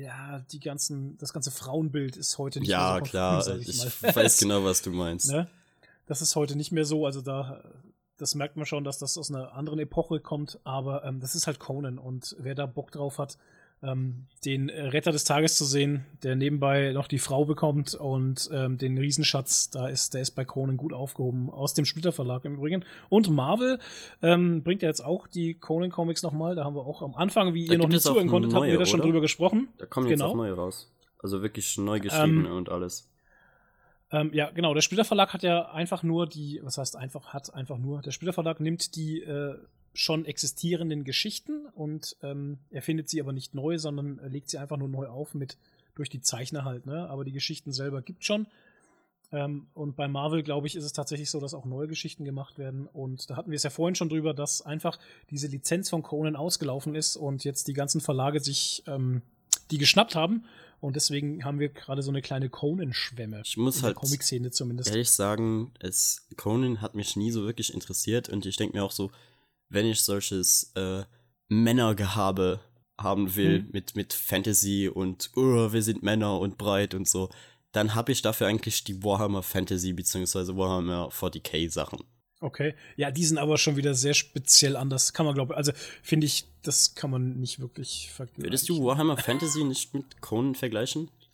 das ganze Frauenbild ist heute nicht mehr so. Ja, klar, ich weiß genau, was du meinst. Ne? Das ist heute nicht mehr so, also das merkt man schon, dass das aus einer anderen Epoche kommt, aber das ist halt Conan und wer da Bock drauf hat, den Retter des Tages zu sehen, der nebenbei noch die Frau bekommt und den Riesenschatz, der ist bei Conan gut aufgehoben, aus dem Splitter Verlag im Übrigen. Und Marvel bringt ja jetzt auch die Conan-Comics nochmal, da haben wir auch am Anfang, wie ihr noch nicht zuhören konntet, hatten wir da schon drüber gesprochen. Da kommen jetzt auch neue raus. Also wirklich neu geschrieben und alles. Ja, genau, der Splitter Verlag hat ja einfach nur der Splitter Verlag nimmt die schon existierenden Geschichten und erfindet sie aber nicht neu, sondern legt sie einfach nur neu auf durch die Zeichner halt, ne? Aber die Geschichten selber gibt schon. Und bei Marvel, glaube ich, ist es tatsächlich so, dass auch neue Geschichten gemacht werden. Und da hatten wir es ja vorhin schon drüber, dass einfach diese Lizenz von Conan ausgelaufen ist und jetzt die ganzen Verlage sich die geschnappt haben. Und deswegen haben wir gerade so eine kleine Conan-Schwemme. Ich muss halt Comic-Szene zumindest ehrlich sagen, Conan hat mich nie so wirklich interessiert. Und ich denke mir auch so, wenn ich solches Männergehabe haben will mit Fantasy und wir sind Männer und breit und so, dann habe ich dafür eigentlich die Warhammer Fantasy bzw. Warhammer 40k Sachen. Okay, ja, die sind aber schon wieder sehr speziell anders. Kann man, glaube ich, also finde ich, das kann man nicht wirklich vergleichen. Würdest du Warhammer Fantasy nicht mit Conan vergleichen?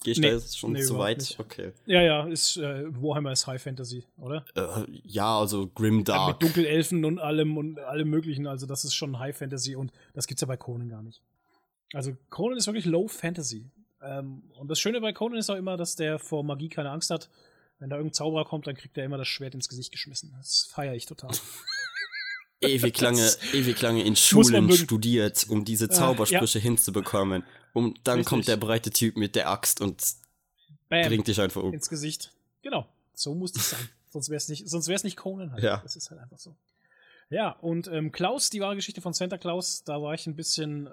Gehe ich da jetzt schon zu weit? Nicht. Okay. Ja, Warhammer ist High Fantasy, oder? Ja, also Grimdark. Mit Dunkelelfen und allem möglichen, also das ist schon High Fantasy und das gibt's ja bei Conan gar nicht. Also Conan ist wirklich Low Fantasy. Und das Schöne bei Conan ist auch immer, dass der vor Magie keine Angst hat. Wenn da irgendein Zauberer kommt, dann kriegt er immer das Schwert ins Gesicht geschmissen. Das feiere ich total. ewig lange in Schulen studiert, um diese Zaubersprüche hinzubekommen. Und dann kommt der breite Typ mit der Axt und bringt dich einfach um. Ins Gesicht. Genau, so muss das sein. Sonst wär's nicht Conan halt. Ja. Das ist halt einfach so. Ja, und Klaus, die wahre Geschichte von Santa Claus, da war ich ein bisschen,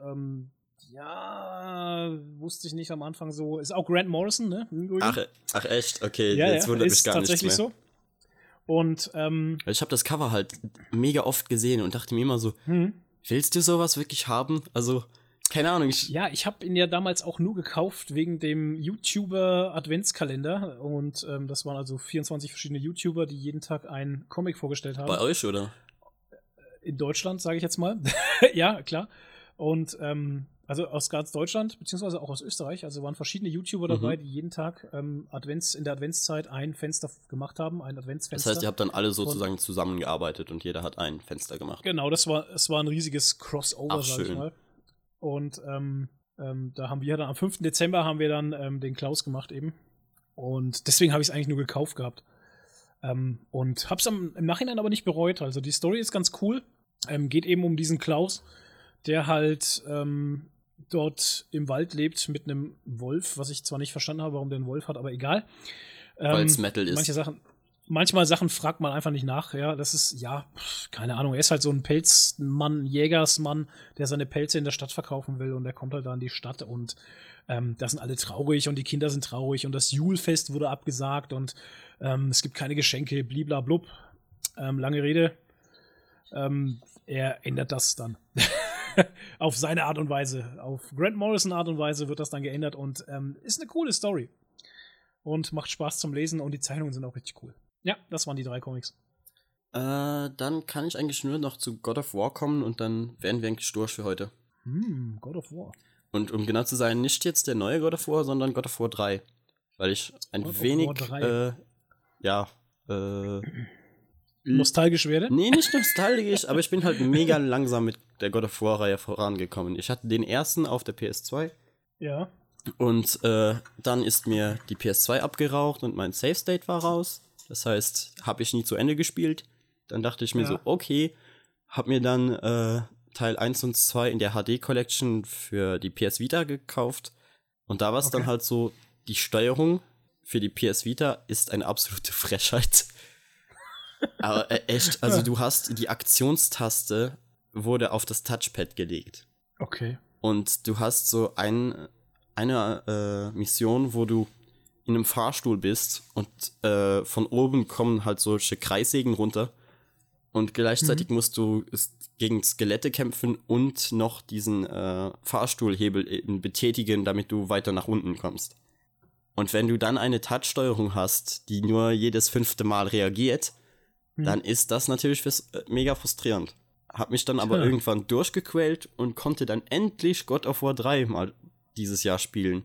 wusste ich nicht am Anfang so. Ist auch Grant Morrison, ne? Ach echt? Okay, jetzt wundert mich gar nicht mehr. Ist tatsächlich so. Und ich habe das Cover halt mega oft gesehen und dachte mir immer so, willst du sowas wirklich haben? Also, keine Ahnung. Ich habe ihn ja damals auch nur gekauft wegen dem YouTuber-Adventskalender und das waren also 24 verschiedene YouTuber, die jeden Tag einen Comic vorgestellt haben. Bei euch, oder? In Deutschland, sage ich jetzt mal. Ja, klar. Und also aus ganz Deutschland, beziehungsweise auch aus Österreich. Also waren verschiedene YouTuber dabei, die jeden Tag in der Adventszeit ein Fenster gemacht haben, ein Adventsfenster. Das heißt, ihr habt dann alle sozusagen zusammengearbeitet und jeder hat ein Fenster gemacht. Genau, es war ein riesiges Crossover, sag ich mal. Und da haben wir dann am 5. Dezember haben wir dann den Klaus gemacht eben. Und deswegen habe ich es eigentlich nur gekauft gehabt. Und habe es im Nachhinein aber nicht bereut. Also die Story ist ganz cool. Geht eben um diesen Klaus, der halt dort im Wald lebt mit einem Wolf, was ich zwar nicht verstanden habe, warum der einen Wolf hat, aber egal. Weil es Metal ist. Manchmal Sachen fragt man einfach nicht nach, ja, das ist, keine Ahnung, er ist halt so ein Pelzmann, Jägersmann, der seine Pelze in der Stadt verkaufen will und der kommt halt da in die Stadt und da sind alle traurig und die Kinder sind traurig und das Julfest wurde abgesagt und es gibt keine Geschenke, bliblablub. Lange Rede. Er ändert das dann. Auf seine Art und Weise. Auf Grant Morrison Art und Weise wird das dann geändert und ist eine coole Story. Und macht Spaß zum Lesen und die Zeichnungen sind auch richtig cool. Ja, das waren die 3 Comics. Dann kann ich eigentlich nur noch zu God of War kommen und dann wären wir eigentlich durch für heute. God of War. Und um genau zu sein, nicht jetzt der neue God of War, sondern God of War 3. Weil ich ein wenig, nostalgisch werde? Nee, nicht nostalgisch, aber ich bin halt mega langsam mit der God of War-Reihe vorangekommen. Ich hatte den ersten auf der PS2. Ja. Und dann ist mir die PS2 abgeraucht und mein Save-State war raus. Das heißt, habe ich nie zu Ende gespielt. Dann dachte ich mir so, okay, hab mir dann Teil 1 und 2 in der HD-Collection für die PS Vita gekauft. Und da war es dann halt so, die Steuerung für die PS Vita ist eine absolute Frechheit. Aber echt, also du hast die Aktionstaste wurde auf das Touchpad gelegt. Okay. Und du hast so eine Mission, wo du in einem Fahrstuhl bist und von oben kommen halt solche Kreissägen runter und gleichzeitig musst du gegen Skelette kämpfen und noch diesen Fahrstuhlhebel eben betätigen, damit du weiter nach unten kommst. Und wenn du dann eine Touchsteuerung hast, die nur jedes 5. Mal reagiert, dann ist das natürlich mega frustrierend. Hab mich dann aber irgendwann durchgequält und konnte dann endlich God of War 3 mal dieses Jahr spielen.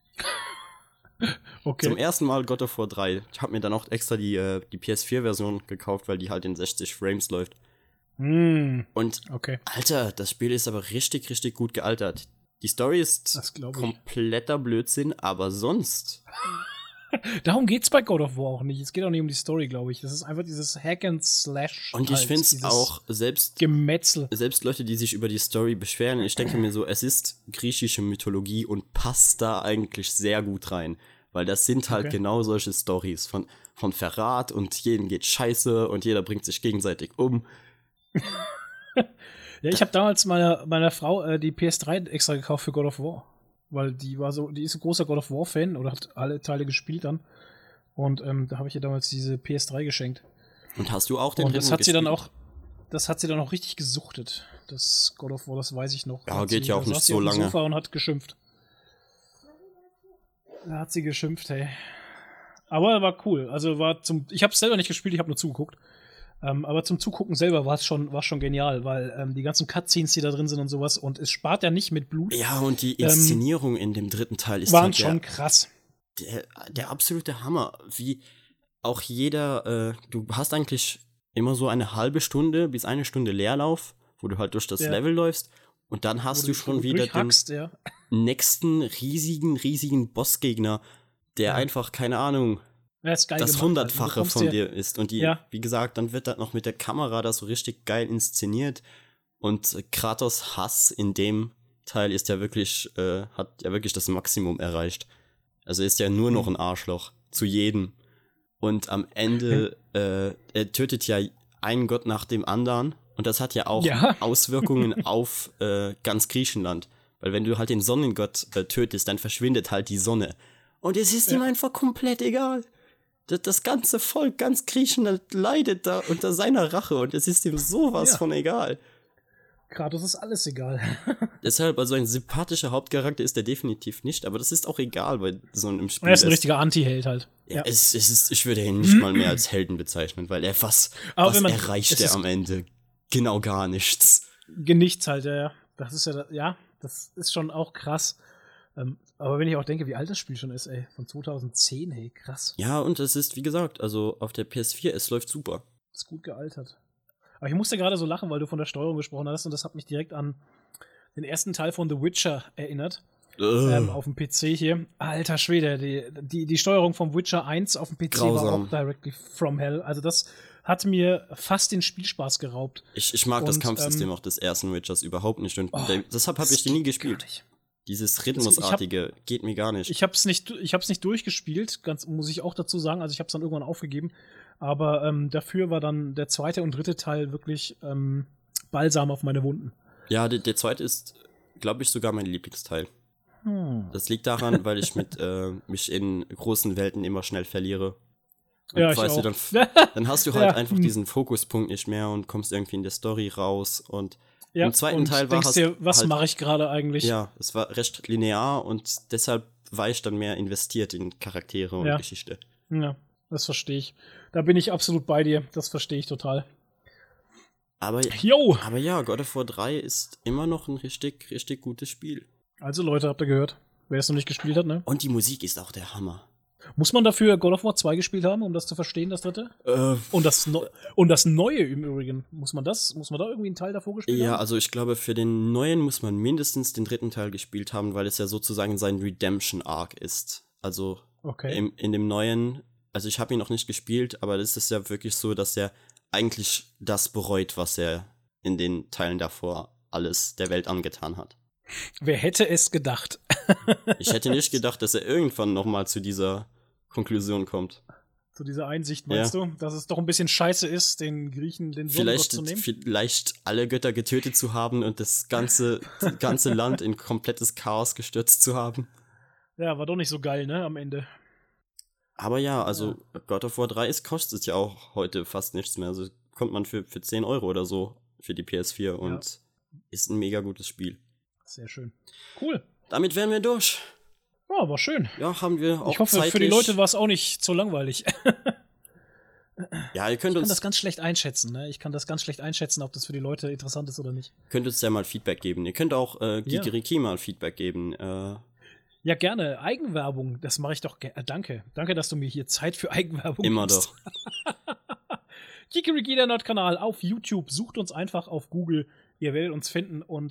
Okay. Zum ersten Mal God of War 3. Ich habe mir dann auch extra die PS4-Version gekauft, weil die halt in 60 Frames läuft. Und Alter, das Spiel ist aber richtig, richtig gut gealtert. Die Story ist kompletter Blödsinn, aber sonst... Darum geht's bei God of War auch nicht. Es geht auch nicht um die Story, glaube ich. Das ist einfach dieses Hack and Slash. Und ich finde es auch Gemetzel. Selbst Leute, die sich über die Story beschweren, ich denke mir so, es ist griechische Mythologie und passt da eigentlich sehr gut rein. Weil das sind halt genau solche Stories von Verrat und jedem geht scheiße und jeder bringt sich gegenseitig um. Ja, ich habe damals meiner Frau die PS3 extra gekauft für God of War. Weil die ist ein großer God of War-Fan oder hat alle Teile gespielt dann. Und da habe ich ihr damals diese PS3 geschenkt. Und hast du auch den das hat sie dann auch richtig gesuchtet. Das God of War, das weiß ich noch. Ja, geht ja auch nicht so lange. Sofa und hat geschimpft. Da hat sie geschimpft, hey. Aber war cool. Also ich habe es selber nicht gespielt, ich habe nur zugeguckt. Aber zum Zugucken selber war es schon genial, weil die ganzen Cutscenes, die da drin sind und sowas, und es spart ja nicht mit Blut. Ja, und die Inszenierung in dem dritten Teil ist waren schon krass. der absolute Hammer. Wie auch jeder, du hast eigentlich immer so eine halbe Stunde bis eine Stunde Leerlauf, wo du halt durch das Level läufst und dann hast du schon wieder den nächsten riesigen Bossgegner, der einfach, keine Ahnung, das Hundertfache von dir ist. Und wie gesagt, dann wird das noch mit der Kamera das so richtig geil inszeniert. Und Kratos' Hass in dem Teil ist ja wirklich, hat ja wirklich das Maximum erreicht. Also ist ja nur noch ein Arschloch zu jedem. Und am Ende, er tötet ja einen Gott nach dem anderen. Und das hat ja auch Auswirkungen auf ganz Griechenland. Weil wenn du halt den Sonnengott tötest, dann verschwindet halt die Sonne. Und es ist ihm einfach komplett egal. Das ganze Volk, ganz Griechenland leidet da unter seiner Rache. Und es ist ihm sowas von egal. Kratos ist alles egal. Deshalb, also ein sympathischer Hauptcharakter ist er definitiv nicht, aber das ist auch egal bei so einem Spiel. Er ist ein richtiger Anti-Held halt. Ja, es ist, ich würde ihn nicht mal mehr als Helden bezeichnen, weil was erreicht er am Ende? Genau gar nichts. Nichts halt, ja. Das ist das ist schon auch krass. Aber wenn ich auch denke, wie alt das Spiel schon ist, ey, von 2010, hey, krass. Ja, und es ist, wie gesagt, also auf der PS4, es läuft super. Ist gut gealtert. Aber ich musste gerade so lachen, weil du von der Steuerung gesprochen hast und das hat mich direkt an den ersten Teil von The Witcher erinnert. Auf dem PC hier. Alter Schwede, die Steuerung vom Witcher 1 auf dem PC Grausam. War auch directly from hell. Also das hat mir fast den Spielspaß geraubt. Ich mag das Kampfsystem auch des ersten Witchers überhaupt nicht und deshalb habe ich den nie gespielt. Dieses Rhythmusartige geht mir gar nicht. Ich hab's nicht durchgespielt, muss ich auch dazu sagen. Also ich hab's dann irgendwann aufgegeben. Aber dafür war dann der zweite und dritte Teil wirklich Balsam auf meine Wunden. Ja, der zweite ist, glaube ich, sogar mein Lieblingsteil. Das liegt daran, weil ich mich in großen Welten immer schnell verliere. Und ja, ich auch. Dann hast du halt einfach diesen Fokuspunkt nicht mehr und kommst irgendwie in der Story raus. Und im zweiten Teil war es was mache ich gerade eigentlich? Ja, es war recht linear und deshalb war ich dann mehr investiert in Charaktere und Geschichte. Ja, das verstehe ich. Da bin ich absolut bei dir. Das verstehe ich total. Aber ja, God of War 3 ist immer noch ein richtig, richtig gutes Spiel. Also Leute, habt ihr gehört? Wer es noch nicht gespielt hat, ne? Und die Musik ist auch der Hammer. Muss man dafür God of War 2 gespielt haben, um das zu verstehen, das dritte? Und das Neue im Übrigen, muss man da irgendwie einen Teil davor gespielt haben? Ja, also ich glaube, für den Neuen muss man mindestens den dritten Teil gespielt haben, weil es ja sozusagen sein Redemption-Arc ist. Also in dem Neuen, also ich habe ihn noch nicht gespielt, aber das ist ja wirklich so, dass er eigentlich das bereut, was er in den Teilen davor alles der Welt angetan hat. Wer hätte es gedacht? Ich hätte nicht gedacht, dass er irgendwann noch mal zu dieser Konklusion kommt. Zu dieser Einsicht, meinst du? Dass es doch ein bisschen scheiße ist, den Griechen den Sonnengott zu nehmen? Vielleicht alle Götter getötet zu haben und das ganze Land in komplettes Chaos gestürzt zu haben. Ja, war doch nicht so geil, ne, am Ende. Aber ja, also God of War 3 kostet ja auch heute fast nichts mehr. Also kommt man für 10 Euro oder so für die PS4 und ist ein mega gutes Spiel. Sehr schön. Cool. Damit wären wir durch. Ja, war schön. Ja, haben wir auch Ich hoffe, für die Leute war es auch nicht so langweilig. Ja, ihr könnt ich kann das ganz schlecht einschätzen, ne? Ich kann das ganz schlecht einschätzen, ob das für die Leute interessant ist oder nicht. Könnt uns ja mal Feedback geben. Ihr könnt auch Geekeriki mal Feedback geben. Ja, gerne. Eigenwerbung, das mache ich doch gerne. Danke. Danke, dass du mir hier Zeit für Eigenwerbung Immer gibst. Doch. Geekeriki, der Nerdkanal auf YouTube. Sucht uns einfach auf Google. Ihr werdet uns finden und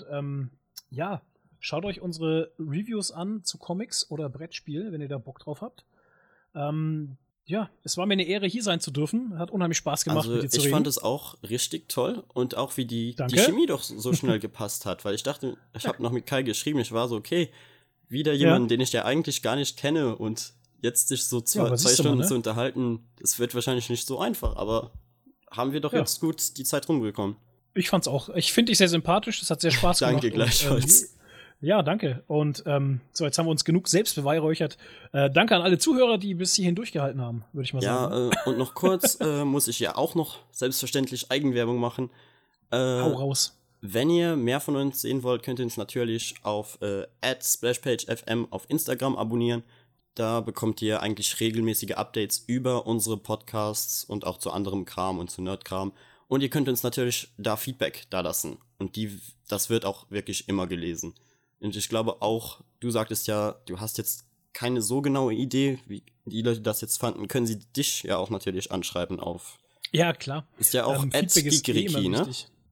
schaut euch unsere Reviews an zu Comics oder Brettspielen, wenn ihr da Bock drauf habt. Es war mir eine Ehre, hier sein zu dürfen. Hat unheimlich Spaß gemacht, mit dir zu reden. Ich fand es auch richtig toll und auch wie die Chemie doch so schnell gepasst hat, weil ich dachte, ich habe noch mit Kai geschrieben, ich war so, okay, wieder jemanden, den ich ja eigentlich gar nicht kenne und jetzt sich so zwei Stunden zu unterhalten, das wird wahrscheinlich nicht so einfach, aber haben wir doch jetzt gut die Zeit rumgekommen. Ich fand's auch. Ich finde dich sehr sympathisch, das hat sehr Spaß gemacht. Danke, gleichfalls. Ja, danke. Und jetzt haben wir uns genug selbst beweihräuchert. Danke an alle Zuhörer, die bis hierhin durchgehalten haben, würde ich mal sagen. Ja, und noch kurz muss ich ja auch noch selbstverständlich Eigenwerbung machen. Hau raus. Wenn ihr mehr von uns sehen wollt, könnt ihr uns natürlich auf @splashpagefm auf Instagram abonnieren. Da bekommt ihr eigentlich regelmäßige Updates über unsere Podcasts und auch zu anderem Kram und zu Nerdkram. Und ihr könnt uns natürlich da Feedback da lassen. Und das wird auch wirklich immer gelesen. Und ich glaube auch, du sagtest ja, du hast jetzt keine so genaue Idee, wie die Leute das jetzt fanden, können sie dich ja auch natürlich anschreiben auf. Ja, klar. Ist ja auch @geekeriki, ne?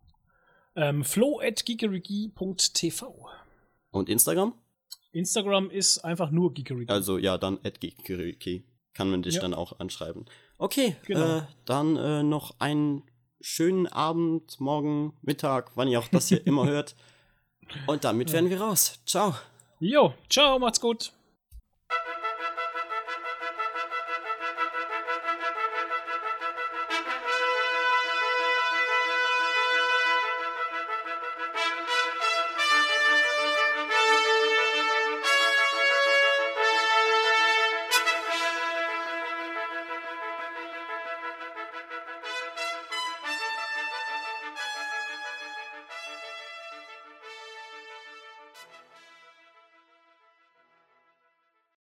flo@geekeriki.tv. Und Instagram? Instagram ist einfach nur Geekeriki. Also ja, dann @geekeriki. Kann man dich dann auch anschreiben. Okay, Genau. dann noch einen schönen Abend, morgen, Mittag, wann ihr auch das hier immer hört. Und damit werden wir raus. Ciao. Jo, ciao, macht's gut.